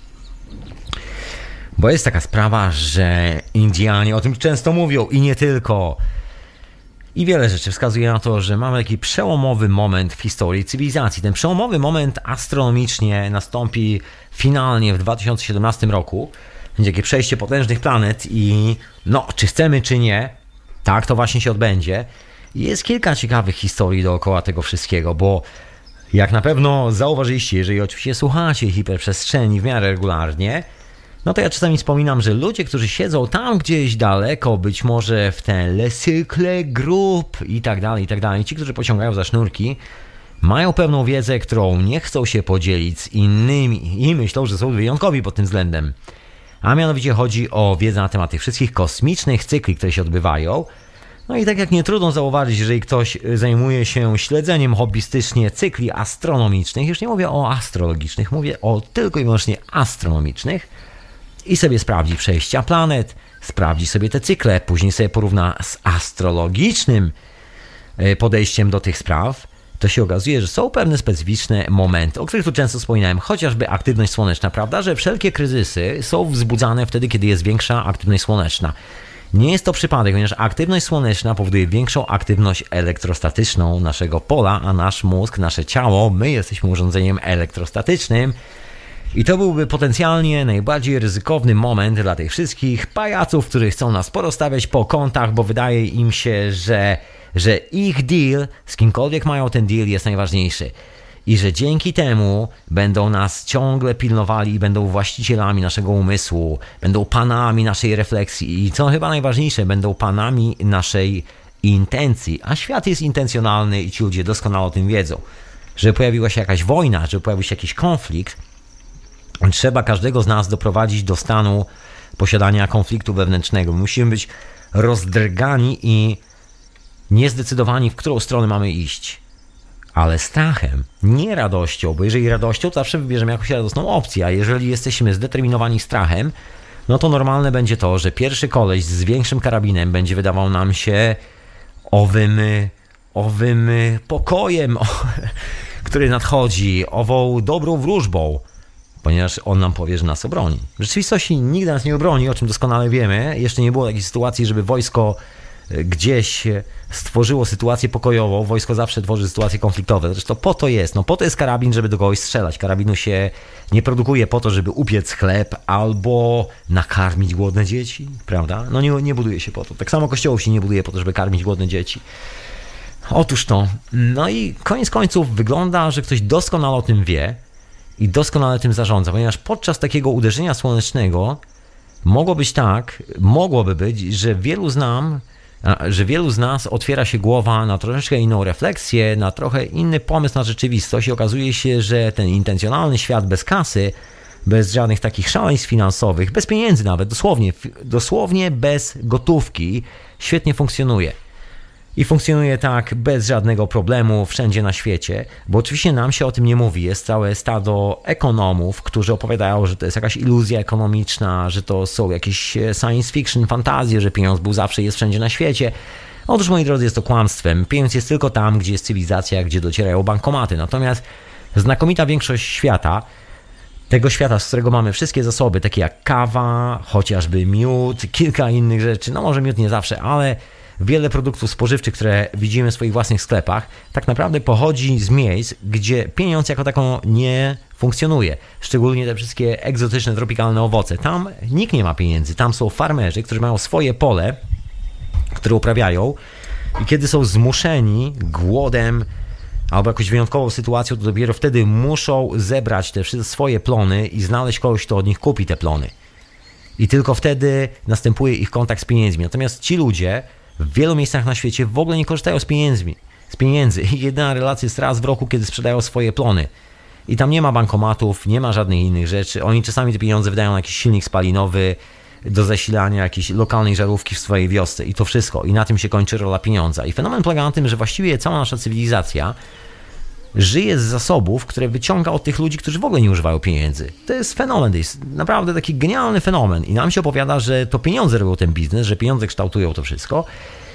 Bo jest taka sprawa, że Indianie o tym często mówią i nie tylko. I wiele rzeczy wskazuje na to, że mamy taki przełomowy moment w historii cywilizacji. Ten przełomowy moment astronomicznie nastąpi finalnie w 2017 roku. Będzie takie przejście potężnych planet i czy chcemy, czy nie, tak to właśnie się odbędzie. I jest kilka ciekawych historii dookoła tego wszystkiego, bo jak na pewno zauważyliście, jeżeli oczywiście słuchacie hiperprzestrzeni w miarę regularnie, to ja czasami wspominam, że ludzie, którzy siedzą tam gdzieś daleko, być może w ten Le Cycle Group i tak dalej, ci, którzy pociągają za sznurki, mają pewną wiedzę, którą nie chcą się podzielić z innymi i myślą, że są wyjątkowi pod tym względem. A mianowicie chodzi o wiedzę na temat tych wszystkich kosmicznych cykli, które się odbywają. No i tak jak nie trudno zauważyć, jeżeli ktoś zajmuje się śledzeniem hobbystycznie cykli astronomicznych, już nie mówię o astrologicznych, mówię o tylko i wyłącznie astronomicznych, i sobie sprawdzi przejścia planet, sprawdzi sobie te cykle, później sobie porówna z astrologicznym podejściem do tych spraw, to się okazuje, że są pewne specyficzne momenty, o których tu często wspominałem, chociażby aktywność słoneczna, prawda, że wszelkie kryzysy są wzbudzane wtedy, kiedy jest większa aktywność słoneczna. Nie jest to przypadek, ponieważ aktywność słoneczna powoduje większą aktywność elektrostatyczną naszego pola, a nasz mózg, nasze ciało, my jesteśmy urządzeniem elektrostatycznym. I to byłby potencjalnie najbardziej ryzykowny moment dla tych wszystkich pajaców, którzy chcą nas porozstawiać po kątach, bo wydaje im się, że ich deal, z kimkolwiek mają ten deal, jest najważniejszy. I że dzięki temu będą nas ciągle pilnowali i będą właścicielami naszego umysłu, będą panami naszej refleksji i co chyba najważniejsze, będą panami naszej intencji. A świat jest intencjonalny i ci ludzie doskonale o tym wiedzą. Że pojawiła się jakaś wojna, że pojawił się jakiś konflikt, trzeba każdego z nas doprowadzić do stanu posiadania konfliktu wewnętrznego. Musimy być rozdrgani i niezdecydowani, w którą stronę mamy iść. Ale strachem, nie radością, bo jeżeli radością, to zawsze wybierzemy jakąś radosną opcję, a jeżeli jesteśmy zdeterminowani strachem, to normalne będzie to, że pierwszy koleś z większym karabinem będzie wydawał nam się owym pokojem, który nadchodzi, ową dobrą wróżbą, ponieważ on nam powie, że nas obroni. W rzeczywistości nigdy nas nie obroni, o czym doskonale wiemy. Jeszcze nie było takiej sytuacji, żeby wojsko gdzieś stworzyło sytuację pokojową. Wojsko zawsze tworzy sytuacje konfliktowe. Zresztą po to jest. Po to jest karabin, żeby do kogoś strzelać. Karabinu się nie produkuje po to, żeby upiec chleb albo nakarmić głodne dzieci, prawda? Nie buduje się po to. Tak samo kościołów się nie buduje po to, żeby karmić głodne dzieci. Otóż to. I koniec końców wygląda, że ktoś doskonale o tym wie i doskonale tym zarządza, ponieważ podczas takiego uderzenia słonecznego mogłoby być, że wielu z nas otwiera się głowa na troszeczkę inną refleksję, na trochę inny pomysł na rzeczywistość i okazuje się, że ten intencjonalny świat bez kasy, bez żadnych takich szaleństw finansowych, bez pieniędzy nawet, dosłownie bez gotówki, świetnie funkcjonuje. I funkcjonuje tak bez żadnego problemu wszędzie na świecie, bo oczywiście nam się o tym nie mówi. Jest całe stado ekonomów, którzy opowiadają, że to jest jakaś iluzja ekonomiczna, że to są jakieś science fiction, fantazje, że pieniądz był zawsze i jest wszędzie na świecie. Otóż, moi drodzy, jest to kłamstwem. Pieniądz jest tylko tam, gdzie jest cywilizacja, gdzie docierają bankomaty. Natomiast znakomita większość świata, tego świata, z którego mamy wszystkie zasoby, takie jak kawa, chociażby miód, kilka innych rzeczy, może miód nie zawsze, ale wiele produktów spożywczych, które widzimy w swoich własnych sklepach, tak naprawdę pochodzi z miejsc, gdzie pieniądz jako taką nie funkcjonuje. Szczególnie te wszystkie egzotyczne, tropikalne owoce. Tam nikt nie ma pieniędzy. Tam są farmerzy, którzy mają swoje pole, które uprawiają i kiedy są zmuszeni głodem albo jakąś wyjątkową sytuacją, to dopiero wtedy muszą zebrać te swoje plony i znaleźć kogoś, kto od nich kupi te plony. I tylko wtedy następuje ich kontakt z pieniędzmi. Natomiast ci ludzie w wielu miejscach na świecie w ogóle nie korzystają z pieniędzy. Jedyna relacja jest raz w roku, kiedy sprzedają swoje plony. I tam nie ma bankomatów, nie ma żadnych innych rzeczy. Oni czasami te pieniądze wydają na jakiś silnik spalinowy do zasilania jakiejś lokalnej żarówki w swojej wiosce. I to wszystko. I na tym się kończy rola pieniądza. I fenomen polega na tym, że właściwie cała nasza cywilizacja żyje z zasobów, które wyciąga od tych ludzi, którzy w ogóle nie używają pieniędzy. To jest fenomen, to jest naprawdę taki genialny fenomen. I nam się opowiada, że to pieniądze robią ten biznes, że pieniądze kształtują to wszystko.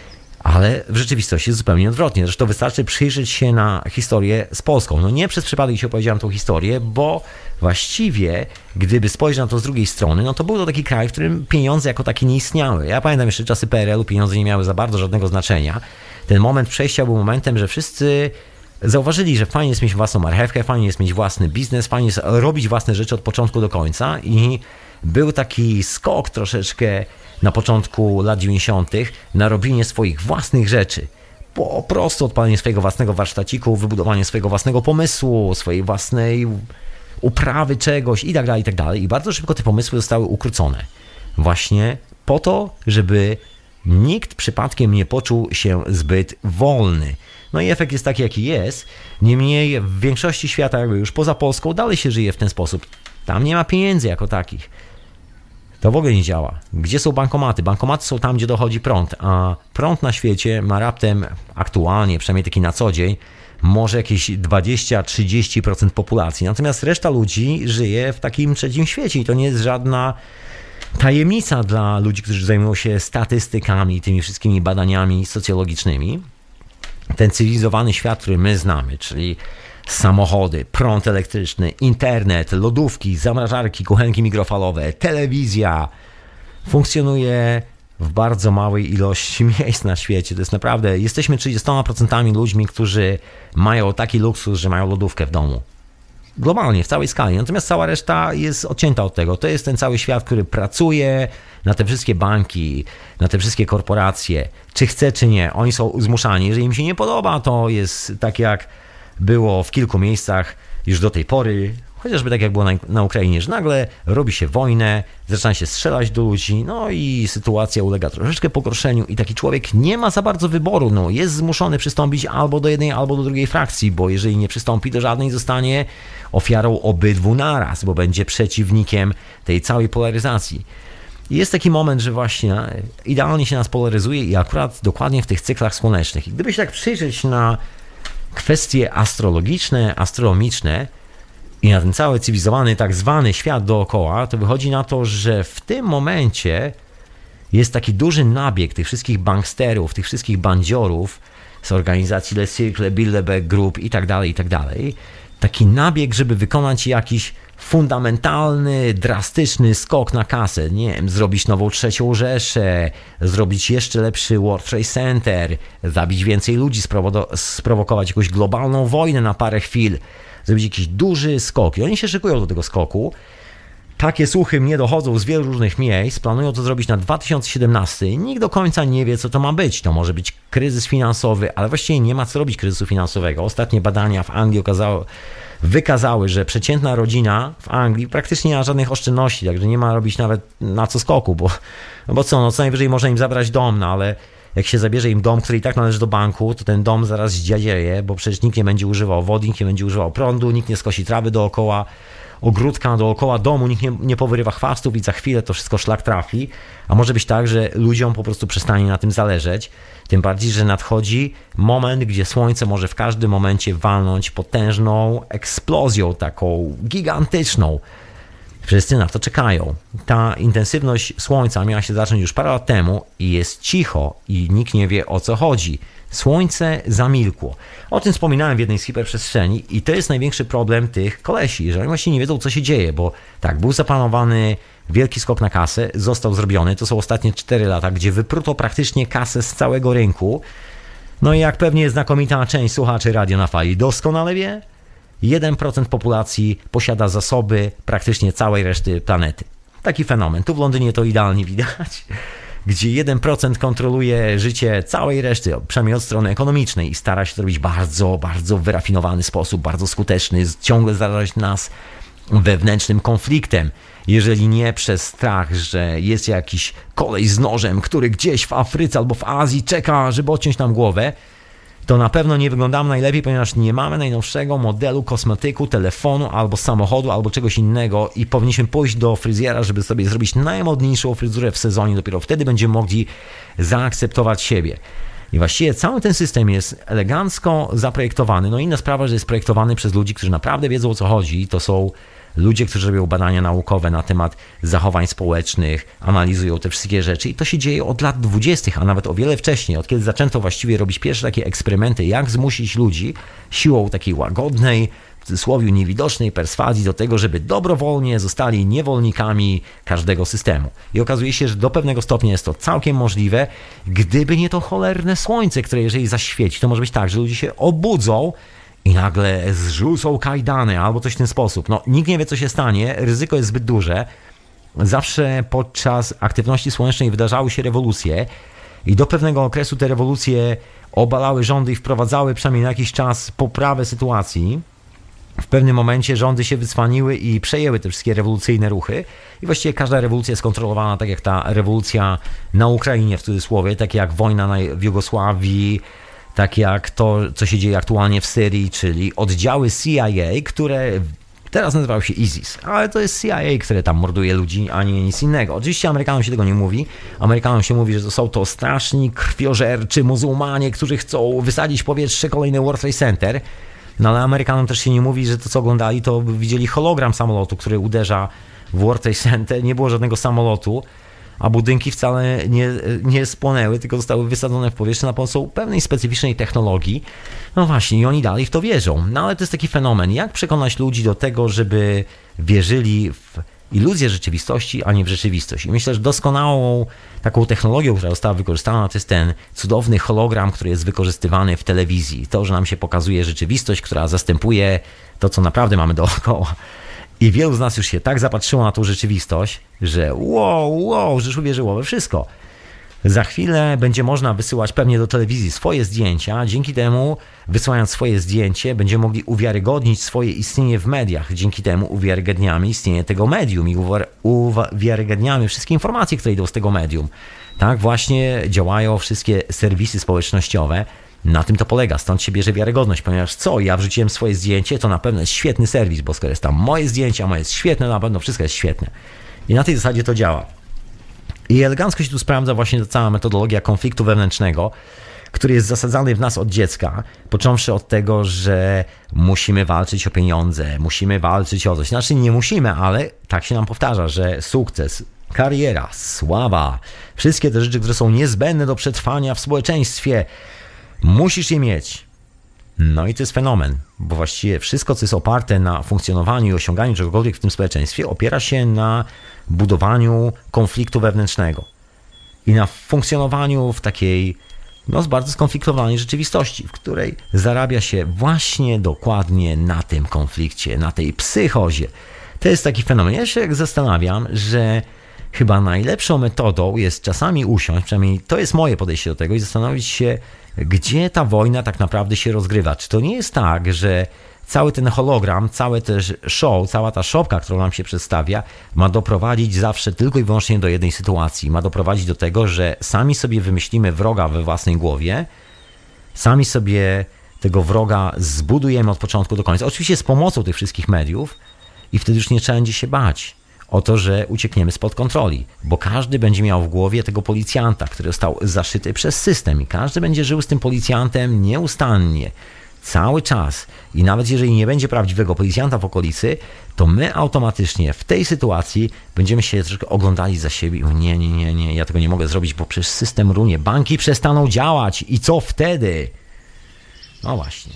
Ale w rzeczywistości jest zupełnie odwrotnie. Zresztą wystarczy przyjrzeć się na historię z Polską. No nie przez przypadek się opowiedziałem tą historię, bo właściwie, gdyby spojrzeć na to z drugiej strony, no to był to taki kraj, w którym pieniądze jako takie nie istniały. Ja pamiętam jeszcze czasy PRL-u, pieniądze nie miały za bardzo żadnego znaczenia. Ten moment przejścia był momentem, że wszyscy zauważyli, że fajnie jest mieć własną marchewkę, fajnie jest mieć własny biznes, fajnie jest robić własne rzeczy od początku do końca i był taki skok troszeczkę na początku lat 90. na robienie swoich własnych rzeczy. Po prostu odpalenie swojego własnego warsztaciku, wybudowanie swojego własnego pomysłu, swojej własnej uprawy czegoś i tak dalej, i tak dalej. I bardzo szybko te pomysły zostały ukrócone. Właśnie po to, żeby nikt przypadkiem nie poczuł się zbyt wolny. No i efekt jest taki, jaki jest. Niemniej w większości świata, jakby już poza Polską, dalej się żyje w ten sposób. Tam nie ma pieniędzy jako takich. To w ogóle nie działa. Gdzie są bankomaty? Bankomaty są tam, gdzie dochodzi prąd, a prąd na świecie ma raptem aktualnie, przynajmniej taki na co dzień, może jakieś 20-30% populacji. Natomiast reszta ludzi żyje w takim trzecim świecie i to nie jest żadna tajemnica dla ludzi, którzy zajmują się statystykami, tymi wszystkimi badaniami socjologicznymi. Ten cywilizowany świat, który my znamy, czyli samochody, prąd elektryczny, internet, lodówki, zamrażarki, kuchenki mikrofalowe, telewizja, funkcjonuje w bardzo małej ilości miejsc na świecie. To jest naprawdę, jesteśmy 30% ludźmi, którzy mają taki luksus, że mają lodówkę w domu. Globalnie, w całej skali. Natomiast cała reszta jest odcięta od tego. To jest ten cały świat, który pracuje na te wszystkie banki, na te wszystkie korporacje. Czy chce, czy nie. Oni są zmuszani. Jeżeli im się nie podoba, to jest tak jak było w kilku miejscach już do tej pory, chociażby tak jak było na Ukrainie, że nagle robi się wojnę, zaczyna się strzelać do ludzi, no i sytuacja ulega troszeczkę pogorszeniu i taki człowiek nie ma za bardzo wyboru, no jest zmuszony przystąpić albo do jednej, albo do drugiej frakcji, bo jeżeli nie przystąpi do żadnej, zostanie ofiarą obydwu naraz, bo będzie przeciwnikiem tej całej polaryzacji. I jest taki moment, że właśnie idealnie się nas polaryzuje i akurat dokładnie w tych cyklach słonecznych. I gdyby się tak przyjrzeć na kwestie astrologiczne, astronomiczne i na ten cały cywilizowany tak zwany świat dookoła, to wychodzi na to, że w tym momencie jest taki duży nabieg tych wszystkich banksterów, tych wszystkich bandziorów z organizacji Le Cercle, Bilderberg Group i tak dalej, taki nabieg, żeby wykonać jakiś fundamentalny, drastyczny skok na kasę. Nie wiem, zrobić nową trzecią Rzeszę, zrobić jeszcze lepszy World Trade Center, zabić więcej ludzi, sprowokować jakąś globalną wojnę na parę chwil, zrobić jakiś duży skok. I oni się szykują do tego skoku. Takie słuchy mnie dochodzą z wielu różnych miejsc. Planują to zrobić na 2017. Nikt do końca nie wie, co to ma być. To może być kryzys finansowy, ale właściwie nie ma co robić kryzysu finansowego. Ostatnie badania w Anglii wykazały, że przeciętna rodzina w Anglii praktycznie nie ma żadnych oszczędności, także nie ma robić nawet na co skoku, bo co najwyżej można im zabrać dom, no ale jak się zabierze im dom, który i tak należy do banku, to ten dom zaraz zdziadzieje, bo przecież nikt nie będzie używał wody, nikt nie będzie używał prądu, nikt nie skosi trawy dookoła ogródka, dookoła domu, nikt nie powyrywa chwastów i za chwilę to wszystko szlak trafi, a może być tak, że ludziom po prostu przestanie na tym zależeć, tym bardziej, że nadchodzi moment, gdzie słońce może w każdym momencie walnąć potężną eksplozją, taką gigantyczną. Wszyscy na to czekają. Ta intensywność słońca miała się zacząć już parę lat temu i jest cicho i nikt nie wie, o co chodzi. Słońce zamilkło. O tym wspominałem w jednej z hiperprzestrzeni i to jest największy problem tych kolesi, że oni właśnie nie wiedzą, co się dzieje, bo tak, był zaplanowany wielki skok na kasę, został zrobiony, to są ostatnie 4 lata, gdzie wypruto praktycznie kasę z całego rynku. No i jak pewnie znakomita część słuchaczy Radio na Fali doskonale wie, 1% populacji posiada zasoby praktycznie całej reszty planety. Taki fenomen. Tu w Londynie to idealnie widać, gdzie 1% kontroluje życie całej reszty, przynajmniej od strony ekonomicznej i stara się to robić bardzo, bardzo wyrafinowany sposób, bardzo skuteczny, ciągle zarażać nas wewnętrznym konfliktem. Jeżeli nie przez strach, że jest jakiś koleś z nożem, który gdzieś w Afryce albo w Azji czeka, żeby odciąć nam głowę, to na pewno nie wyglądamy najlepiej, ponieważ nie mamy najnowszego modelu kosmetyku, telefonu albo samochodu, albo czegoś innego i powinniśmy pójść do fryzjera, żeby sobie zrobić najmodniejszą fryzurę w sezonie. Dopiero wtedy będziemy mogli zaakceptować siebie. I właściwie cały ten system jest elegancko zaprojektowany. No inna sprawa, że jest projektowany przez ludzi, którzy naprawdę wiedzą, o co chodzi. To są ludzie, którzy robią badania naukowe na temat zachowań społecznych, analizują te wszystkie rzeczy i to się dzieje od lat 20., a nawet o wiele wcześniej, od kiedy zaczęto właściwie robić pierwsze takie eksperymenty, jak zmusić ludzi siłą takiej łagodnej, w cudzysłowie niewidocznej perswazji do tego, żeby dobrowolnie zostali niewolnikami każdego systemu. I okazuje się, że do pewnego stopnia jest to całkiem możliwe, gdyby nie to cholerne słońce, które jeżeli zaświeci, to może być tak, że ludzie się obudzą i nagle zrzucą kajdany albo coś w ten sposób. No, nikt nie wie, co się stanie, ryzyko jest zbyt duże. Zawsze podczas aktywności słonecznej wydarzały się rewolucje i do pewnego okresu te rewolucje obalały rządy i wprowadzały przynajmniej na jakiś czas poprawę sytuacji. W pewnym momencie rządy się wycwaniły i przejęły te wszystkie rewolucyjne ruchy i właściwie każda rewolucja jest kontrolowana, tak jak ta rewolucja na Ukrainie w cudzysłowie, tak jak wojna w Jugosławii, tak jak to, co się dzieje aktualnie w Syrii, czyli oddziały CIA, które teraz nazywają się ISIS, ale to jest CIA, które tam morduje ludzi, a nie nic innego. Oczywiście Amerykanom się tego nie mówi. Amerykanom się mówi, że są to straszni, krwiożerczy muzułmanie, którzy chcą wysadzić w powietrze kolejny World Trade Center. No ale Amerykanom też się nie mówi, że to co oglądali, to widzieli hologram samolotu, który uderza w World Trade Center. Nie było żadnego samolotu, a budynki wcale nie spłonęły, tylko zostały wysadzone w powietrze na pomocą pewnej specyficznej technologii. No właśnie, i oni dalej w to wierzą. No ale to jest taki fenomen. Jak przekonać ludzi do tego, żeby wierzyli w iluzję rzeczywistości, a nie w rzeczywistość? I myślę, że doskonałą taką technologią, która została wykorzystana, to jest ten cudowny hologram, który jest wykorzystywany w telewizji. To, że nam się pokazuje rzeczywistość, która zastępuje to, co naprawdę mamy dookoła. I wielu z nas już się tak zapatrzyło na tą rzeczywistość, że wow, że już uwierzyło we wszystko. Za chwilę będzie można wysyłać pewnie do telewizji swoje zdjęcia. Dzięki temu, wysyłając swoje zdjęcie, będziemy mogli uwiarygodnić swoje istnienie w mediach. Dzięki temu uwiarygadniamy istnienie tego medium i uwiarygadniamy wszystkie informacje, które idą z tego medium. Tak właśnie działają wszystkie serwisy społecznościowe. Na tym to polega, stąd się bierze wiarygodność, ponieważ ja wrzuciłem swoje zdjęcie, to na pewno jest świetny serwis, bo skoro jest tam moje zdjęcie, a moje jest świetne, na pewno wszystko jest świetne. I na tej zasadzie to działa. I elegancko się tu sprawdza właśnie ta cała metodologia konfliktu wewnętrznego, który jest zasadzany w nas od dziecka, począwszy od tego, że musimy walczyć o pieniądze, musimy walczyć o coś. Znaczy nie musimy, ale tak się nam powtarza, że sukces, kariera, sława, wszystkie te rzeczy, które są niezbędne do przetrwania w społeczeństwie, musisz je mieć. No i to jest fenomen, bo właściwie wszystko, co jest oparte na funkcjonowaniu i osiąganiu czegokolwiek w tym społeczeństwie, opiera się na budowaniu konfliktu wewnętrznego i na funkcjonowaniu w takiej bardzo skonfliktowanej rzeczywistości, w której zarabia się właśnie dokładnie na tym konflikcie, na tej psychozie. To jest taki fenomen. Ja się zastanawiam, że chyba najlepszą metodą jest czasami usiąść, przynajmniej to jest moje podejście do tego, i zastanowić się, gdzie ta wojna tak naprawdę się rozgrywa. Czy to nie jest tak, że cały ten hologram, całe też show, cała ta szopka, którą nam się przedstawia, ma doprowadzić zawsze tylko i wyłącznie do jednej sytuacji. Ma doprowadzić do tego, że sami sobie wymyślimy wroga we własnej głowie, sami sobie tego wroga zbudujemy od początku do końca. Oczywiście z pomocą tych wszystkich mediów i wtedy już nie trzeba będzie się bać o to, że uciekniemy spod kontroli, bo każdy będzie miał w głowie tego policjanta, który został zaszyty przez system i każdy będzie żył z tym policjantem nieustannie, cały czas. I nawet jeżeli nie będzie prawdziwego policjanta w okolicy, to my automatycznie w tej sytuacji będziemy się troszkę oglądali za siebie i nie, ja tego nie mogę zrobić, bo przecież system runie, banki przestaną działać i co wtedy? No właśnie.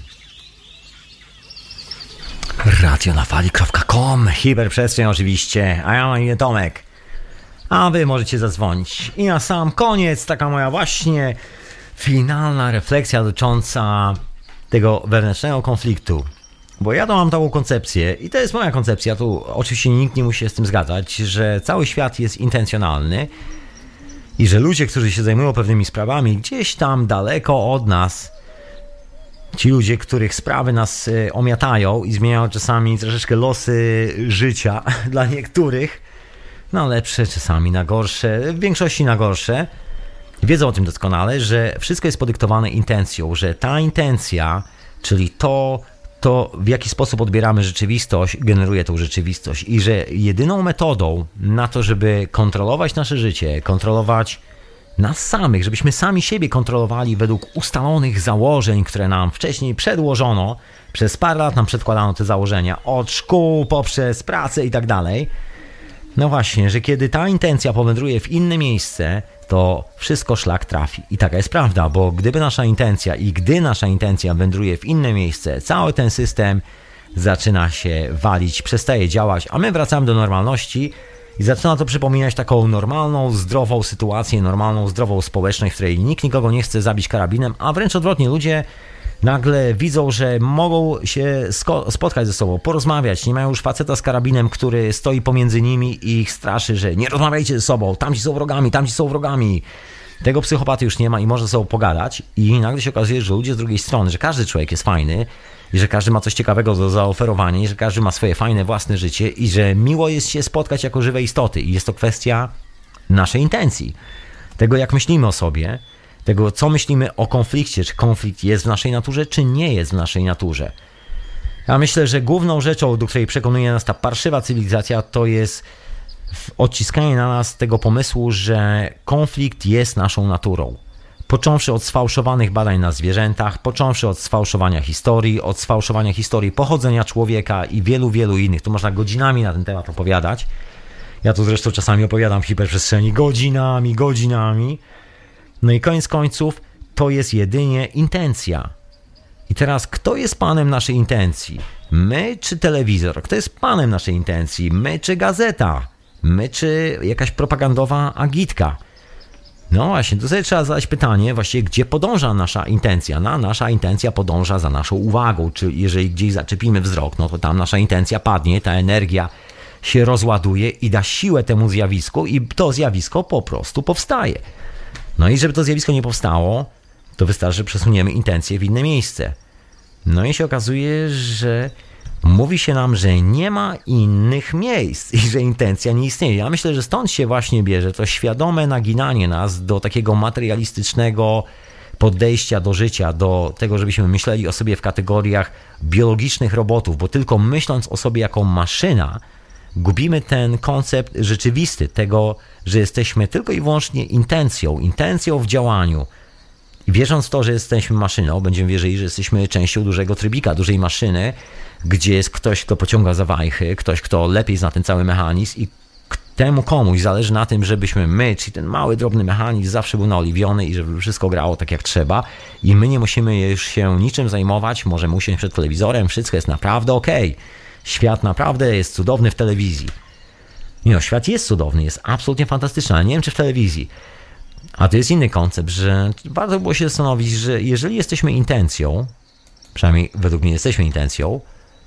radionafali.com, hiperprzestrzeń oczywiście, a ja mam imię Tomek, a wy możecie zadzwonić. I na sam koniec taka moja właśnie finalna refleksja dotycząca tego wewnętrznego konfliktu, bo ja to mam taką koncepcję i to jest moja koncepcja, tu oczywiście nikt nie musi się z tym zgadzać, że cały świat jest intencjonalny i że ludzie, którzy się zajmują pewnymi sprawami gdzieś tam daleko od nas, ci ludzie, których sprawy nas omiatają i zmieniają czasami troszeczkę losy życia dla niektórych, na lepsze, czasami na gorsze, w większości na gorsze, wiedzą o tym doskonale, że wszystko jest podyktowane intencją, że ta intencja, czyli to w jaki sposób odbieramy rzeczywistość, generuje tą rzeczywistość i że jedyną metodą na to, żeby kontrolować nasze życie, kontrolować nas samych, żebyśmy sami siebie kontrolowali według ustalonych założeń, które nam wcześniej przedłożono. Przez parę lat nam przedkładano te założenia, od szkół, poprzez pracę i tak dalej. No właśnie, że kiedy ta intencja powędruje w inne miejsce, to wszystko szlak trafi. I taka jest prawda, bo gdy nasza intencja wędruje w inne miejsce, cały ten system zaczyna się walić, przestaje działać, a my wracamy do normalności i zaczyna to przypominać taką normalną, zdrową sytuację, normalną, zdrową społeczność, w której nikt nikogo nie chce zabić karabinem, a wręcz odwrotnie, ludzie nagle widzą, że mogą się spotkać ze sobą, porozmawiać. Nie mają już faceta z karabinem, który stoi pomiędzy nimi i ich straszy, że nie rozmawiajcie ze sobą, tamci są wrogami. Tego psychopaty już nie ma i można ze sobą pogadać. I nagle się okazuje, że ludzie z drugiej strony, że każdy człowiek jest fajny i że każdy ma coś ciekawego do zaoferowania i że każdy ma swoje fajne własne życie i że miło jest się spotkać jako żywe istoty. I jest to kwestia naszej intencji. Tego, jak myślimy o sobie, tego, co myślimy o konflikcie, czy konflikt jest w naszej naturze, czy nie jest w naszej naturze. Ja myślę, że główną rzeczą, do której przekonuje nas ta parszywa cywilizacja, to jest odciskanie na nas tego pomysłu, że konflikt jest naszą naturą. Począwszy od sfałszowanych badań na zwierzętach, począwszy od sfałszowania historii pochodzenia człowieka i wielu, wielu innych. Tu można godzinami na ten temat opowiadać. Ja tu zresztą czasami opowiadam w hiperprzestrzeni godzinami. No i koniec końców to jest jedynie intencja. I teraz kto jest panem naszej intencji? My czy telewizor? Kto jest panem naszej intencji? My czy gazeta? My czy jakaś propagandowa agitka? No właśnie, tu sobie trzeba zadać pytanie właściwie, gdzie podąża nasza intencja. Nasza intencja podąża za naszą uwagą. Czy jeżeli gdzieś zaczepimy wzrok, no to tam nasza intencja padnie, ta energia się rozładuje i da siłę temu zjawisku i to zjawisko po prostu powstaje. No i żeby to zjawisko nie powstało, to wystarczy, że przesuniemy intencję w inne miejsce. No i się okazuje, że mówi się nam, że nie ma innych miejsc i że intencja nie istnieje. Ja myślę, że stąd się właśnie bierze to świadome naginanie nas do takiego materialistycznego podejścia do życia, do tego, żebyśmy myśleli o sobie w kategoriach biologicznych robotów, bo tylko myśląc o sobie jako maszyna, gubimy ten koncept rzeczywisty tego, że jesteśmy tylko i wyłącznie intencją w działaniu. I wierząc w to, że jesteśmy maszyną, będziemy wierzyli, że jesteśmy częścią dużego trybika, dużej maszyny, gdzie jest ktoś, kto pociąga za wajchy, ktoś, kto lepiej zna ten cały mechanizm i temu komuś zależy na tym, żebyśmy my, czyli ten mały, drobny mechanizm zawsze był naoliwiony i żeby wszystko grało tak jak trzeba i my nie musimy już się niczym zajmować, możemy usiąść przed telewizorem, wszystko jest naprawdę okej. Świat naprawdę jest cudowny w telewizji. Nie, świat jest cudowny, jest absolutnie fantastyczny, ale nie wiem, czy w telewizji. A to jest inny koncept, że warto było się zastanowić, że jeżeli jesteśmy intencją, przynajmniej według mnie jesteśmy intencją,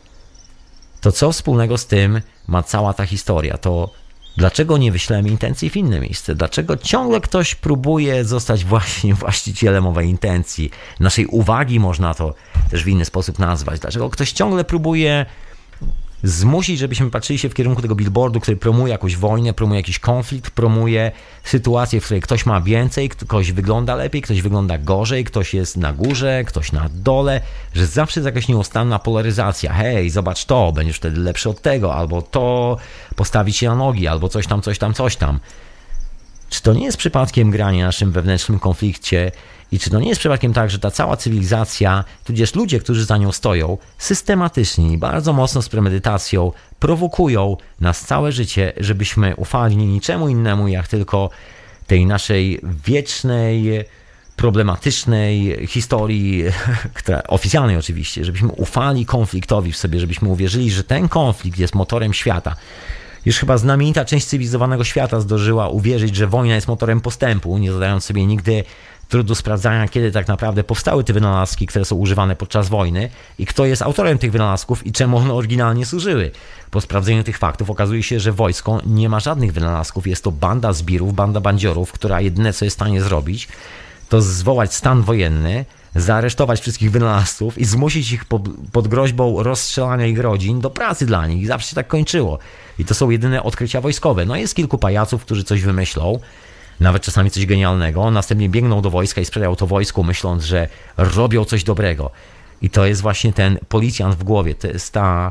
to co wspólnego z tym ma cała ta historia? To dlaczego nie wyślemy intencji w inne miejsce? Dlaczego ciągle ktoś próbuje zostać właśnie właścicielem owej intencji? Naszej uwagi można to też w inny sposób nazwać. Dlaczego ktoś ciągle próbuje zmusić, żebyśmy patrzyli się w kierunku tego billboardu, który promuje jakąś wojnę, promuje jakiś konflikt, promuje sytuację, w której ktoś ma więcej, ktoś wygląda lepiej, ktoś wygląda gorzej, ktoś jest na górze, ktoś na dole, że zawsze jest jakaś nieustanna polaryzacja. Hej, zobacz to, będziesz wtedy lepszy od tego, albo to, postawić się na nogi, albo coś tam. Czy to nie jest przypadkiem granie naszym wewnętrznym konflikcie i czy to nie jest przypadkiem tak, że ta cała cywilizacja, tudzież ludzie, którzy za nią stoją, systematycznie i bardzo mocno z premedytacją prowokują nas całe życie, żebyśmy ufali niczemu innemu, jak tylko tej naszej wiecznej, problematycznej historii, która oficjalnej oczywiście, żebyśmy ufali konfliktowi w sobie, żebyśmy uwierzyli, że ten konflikt jest motorem świata. Już chyba znamienita część cywilizowanego świata zdążyła uwierzyć, że wojna jest motorem postępu, nie zadając sobie nigdy trudu sprawdzania, kiedy tak naprawdę powstały te wynalazki, które są używane podczas wojny i kto jest autorem tych wynalazków i czemu one oryginalnie służyły. Po sprawdzeniu tych faktów okazuje się, że wojsko nie ma żadnych wynalazków, jest to banda zbirów, banda bandziorów, która jedyne co jest w stanie zrobić, to zwołać stan wojenny, zaaresztować wszystkich wynalazców i zmusić ich pod groźbą rozstrzelania ich rodzin do pracy dla nich. I zawsze się tak kończyło. I to są jedyne odkrycia wojskowe. No jest kilku pajaców, którzy coś wymyślą, nawet czasami coś genialnego, następnie biegną do wojska i sprzedają to wojsku, myśląc, że robią coś dobrego. I to jest właśnie ten policjant w głowie, to jest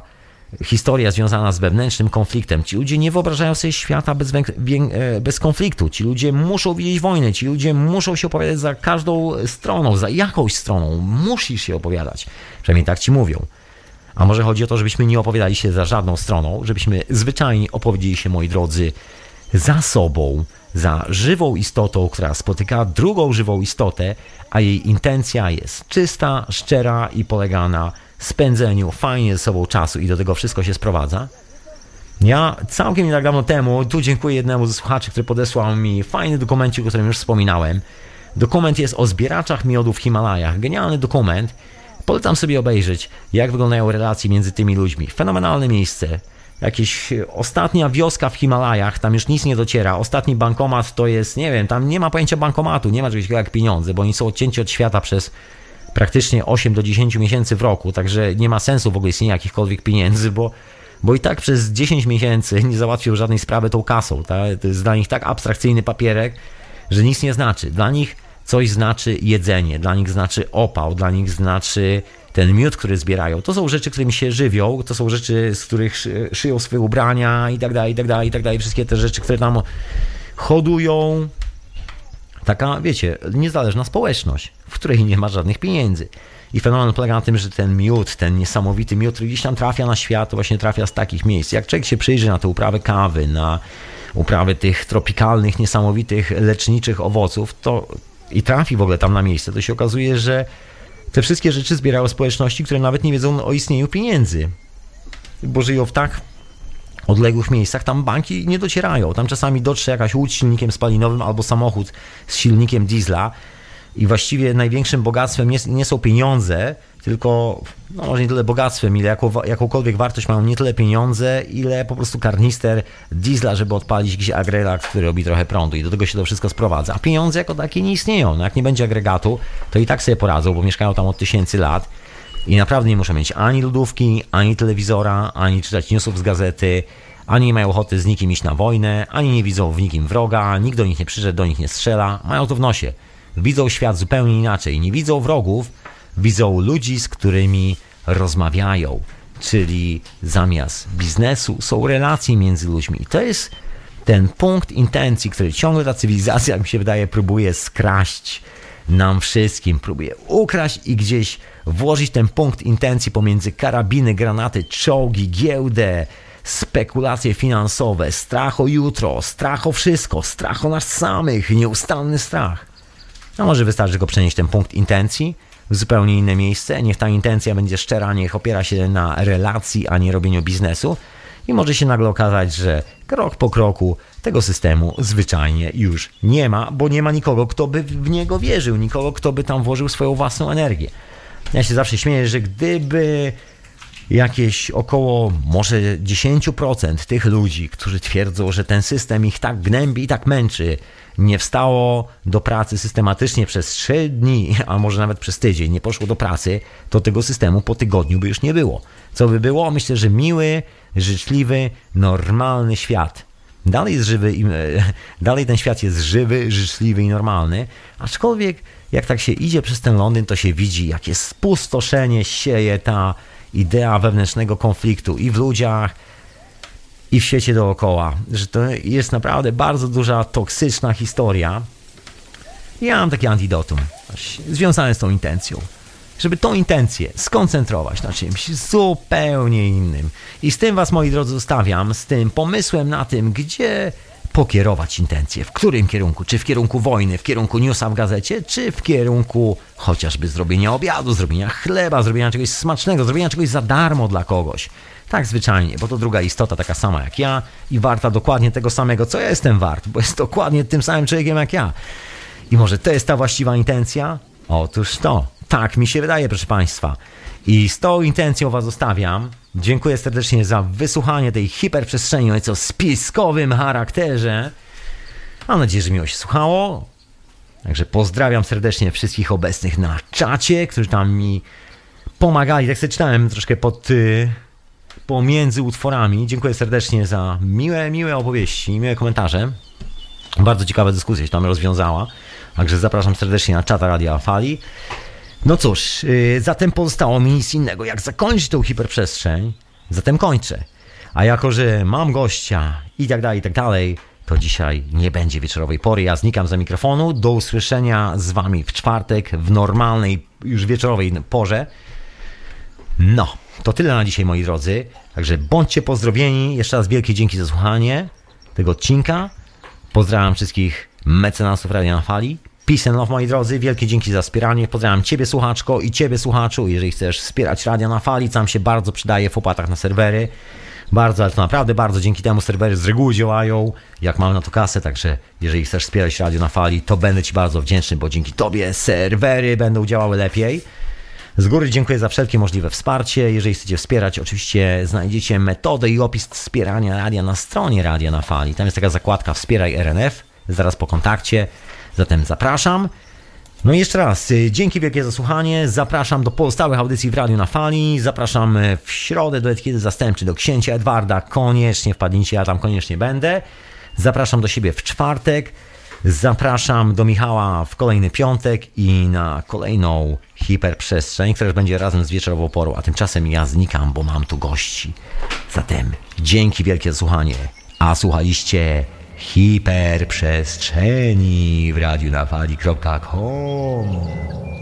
historia związana z wewnętrznym konfliktem. Ci ludzie nie wyobrażają sobie świata bez konfliktu. Ci ludzie muszą widzieć wojnę. Ci ludzie muszą się opowiadać za każdą stroną, za jakąś stroną. Musisz się opowiadać. Przynajmniej tak ci mówią. A może chodzi o to, żebyśmy nie opowiadali się za żadną stroną, żebyśmy zwyczajnie opowiedzieli się, moi drodzy, za sobą, za żywą istotą, która spotyka drugą żywą istotę, a jej intencja jest czysta, szczera i polega na spędzeniu fajnie ze sobą czasu i do tego wszystko się sprowadza. Ja całkiem nie tak dawno temu, tu dziękuję jednemu ze słuchaczy, który podesłał mi fajny dokumencik, o którym już wspominałem. Dokument jest o zbieraczach miodu w Himalajach. Genialny dokument. Polecam sobie obejrzeć, jak wyglądają relacje między tymi ludźmi. Fenomenalne miejsce. Jakieś ostatnia wioska w Himalajach, tam już nic nie dociera. Ostatni bankomat to jest, nie wiem, tam nie ma pojęcia bankomatu, nie ma czegoś takiego jak pieniądze, bo oni są odcięci od świata przez praktycznie 8 do 10 miesięcy w roku, także nie ma sensu w ogóle istnienia jakichkolwiek pieniędzy, bo i tak przez 10 miesięcy nie załatwią żadnej sprawy tą kasą. To jest dla nich tak abstrakcyjny papierek, że nic nie znaczy. Dla nich coś znaczy jedzenie, dla nich znaczy opał, dla nich znaczy ten miód, który zbierają. To są rzeczy, którymi się żywią, to są rzeczy, z których szyją swoje ubrania i tak dalej, i tak dalej, i tak dalej. Wszystkie te rzeczy, które tam hodują. Taka, wiecie, niezależna społeczność, w której nie ma żadnych pieniędzy. I fenomen polega na tym, że ten miód, ten niesamowity miód, który gdzieś tam trafia na świat, to właśnie trafia z takich miejsc. Jak człowiek się przyjrzy na tę uprawę kawy, na uprawę tych tropikalnych, niesamowitych, leczniczych owoców, to i trafi w ogóle tam na miejsce, to się okazuje, że te wszystkie rzeczy zbierają społeczności, które nawet nie wiedzą o istnieniu pieniędzy. Bo żyją w tak odległych miejscach, tam banki nie docierają. Tam czasami dotrze jakaś łódź z silnikiem spalinowym albo samochód z silnikiem diesla i właściwie największym bogactwem nie są pieniądze, tylko no może nie tyle bogactwem, ile jakąkolwiek wartość mają nie tyle pieniądze, ile po prostu karnister diesla, żeby odpalić jakiś agregat, który robi trochę prądu i do tego się to wszystko sprowadza. A pieniądze jako takie nie istnieją. No jak nie będzie agregatu, to i tak sobie poradzą, bo mieszkają tam od 1000 lat i naprawdę nie muszą mieć ani lodówki, ani telewizora, ani czytać newsów z gazety, ani nie mają ochoty z nikim iść na wojnę, ani nie widzą w nikim wroga, nikt do nich nie przyszedł, do nich nie strzela, mają to w nosie. Widzą świat zupełnie inaczej, nie widzą wrogów, widzą ludzi, z którymi rozmawiają, czyli zamiast biznesu są relacje między ludźmi. To jest ten punkt intencji, który ciągle ta cywilizacja, jak mi się wydaje, próbuje skraść nam wszystkim, próbuje ukraść i gdzieś włożyć ten punkt intencji pomiędzy karabiny, granaty, czołgi, giełdę, spekulacje finansowe, strach o jutro, strach o wszystko, strach o nas samych, nieustanny strach. No może wystarczy go przenieść ten punkt intencji w zupełnie inne miejsce. Niech ta intencja będzie szczera, niech opiera się na relacji, a nie robieniu biznesu. I może się nagle okazać, że krok po kroku tego systemu zwyczajnie już nie ma, bo nie ma nikogo, kto by w niego wierzył, nikogo, kto by tam włożył swoją własną energię. Ja się zawsze śmieję, że gdyby jakieś około może 10% tych ludzi, którzy twierdzą, że ten system ich tak gnębi i tak męczy, nie wstało do pracy systematycznie przez 3 dni, a może nawet przez tydzień, nie poszło do pracy, to tego systemu po tygodniu by już nie było. Co by było? Myślę, że miły, życzliwy, normalny świat. Dalej jest żywy, dalej ten świat jest żywy, życzliwy i normalny, aczkolwiek jak tak się idzie przez ten Londyn, to się widzi, jakie spustoszenie sieje ta idea wewnętrznego konfliktu i w ludziach, i w świecie dookoła, że to jest naprawdę bardzo duża, toksyczna historia. Ja mam takie antidotum związane z tą intencją, żeby tą intencję skoncentrować na czymś zupełnie innym. I z tym was, moi drodzy, zostawiam, z tym pomysłem na tym, gdzie pokierować intencję, w którym kierunku, czy w kierunku wojny, w kierunku newsa w gazecie, czy w kierunku chociażby zrobienia obiadu, zrobienia chleba, zrobienia czegoś smacznego, zrobienia czegoś za darmo dla kogoś. Tak zwyczajnie, bo to druga istota, taka sama jak ja i warta dokładnie tego samego, co ja jestem wart, bo jest dokładnie tym samym człowiekiem jak ja. I może to jest ta właściwa intencja? Otóż to. Tak mi się wydaje, proszę Państwa. I z tą intencją was zostawiam. Dziękuję serdecznie za wysłuchanie tej hiperprzestrzeni o nieco spiskowym charakterze. Mam nadzieję, że miło się słuchało. Także pozdrawiam serdecznie wszystkich obecnych na czacie, którzy tam mi pomagali. Tak sobie czytałem troszkę pomiędzy utworami. Dziękuję serdecznie za miłe opowieści, miłe komentarze. Bardzo ciekawa dyskusja się tam rozwiązała. Także zapraszam serdecznie na czata Radia Fali. No cóż, zatem pozostało mi nic innego, jak zakończyć tą hiperprzestrzeń Zatem kończę. A jako, że mam gościa i tak dalej, to dzisiaj nie będzie wieczorowej pory. Ja znikam za mikrofonu. Do usłyszenia z wami w czwartek w normalnej, już wieczorowej porze. No, to tyle na dzisiaj, moi drodzy. Także bądźcie pozdrowieni. Jeszcze raz wielkie dzięki za słuchanie tego odcinka. Pozdrawiam wszystkich mecenasów Radia na Fali. Peace and love, moi drodzy. Wielkie dzięki za wspieranie. Pozdrawiam ciebie, słuchaczko, i ciebie, słuchaczu. Jeżeli chcesz wspierać Radia na Fali, co nam się bardzo przydaje w opłatach na serwery. Bardzo, ale to naprawdę bardzo. Dzięki temu serwery z reguły działają, jak mam na to kasę. Także jeżeli chcesz wspierać Radio na Fali, to będę ci bardzo wdzięczny, bo dzięki tobie serwery będą działały lepiej. Z góry dziękuję za wszelkie możliwe wsparcie. Jeżeli chcecie wspierać, oczywiście znajdziecie metodę i opis wspierania radia na stronie Radia na Fali. Tam jest taka zakładka Wspieraj RNF, zaraz po kontakcie. Zatem zapraszam. No i jeszcze raz, dzięki wielkie za słuchanie. Zapraszam do pozostałych audycji w Radiu na Fali. Zapraszam w środę do etykiety zastępczej do księcia Edwarda. Koniecznie wpadnijcie, ja tam koniecznie będę. Zapraszam do siebie w czwartek. Zapraszam do Michała w kolejny piątek i na kolejną hiperprzestrzeń, która już będzie razem z wieczorową porą. A tymczasem ja znikam, bo mam tu gości. Zatem dzięki wielkie za słuchanie. A słuchaliście hiperprzestrzeni w radiunafali.com.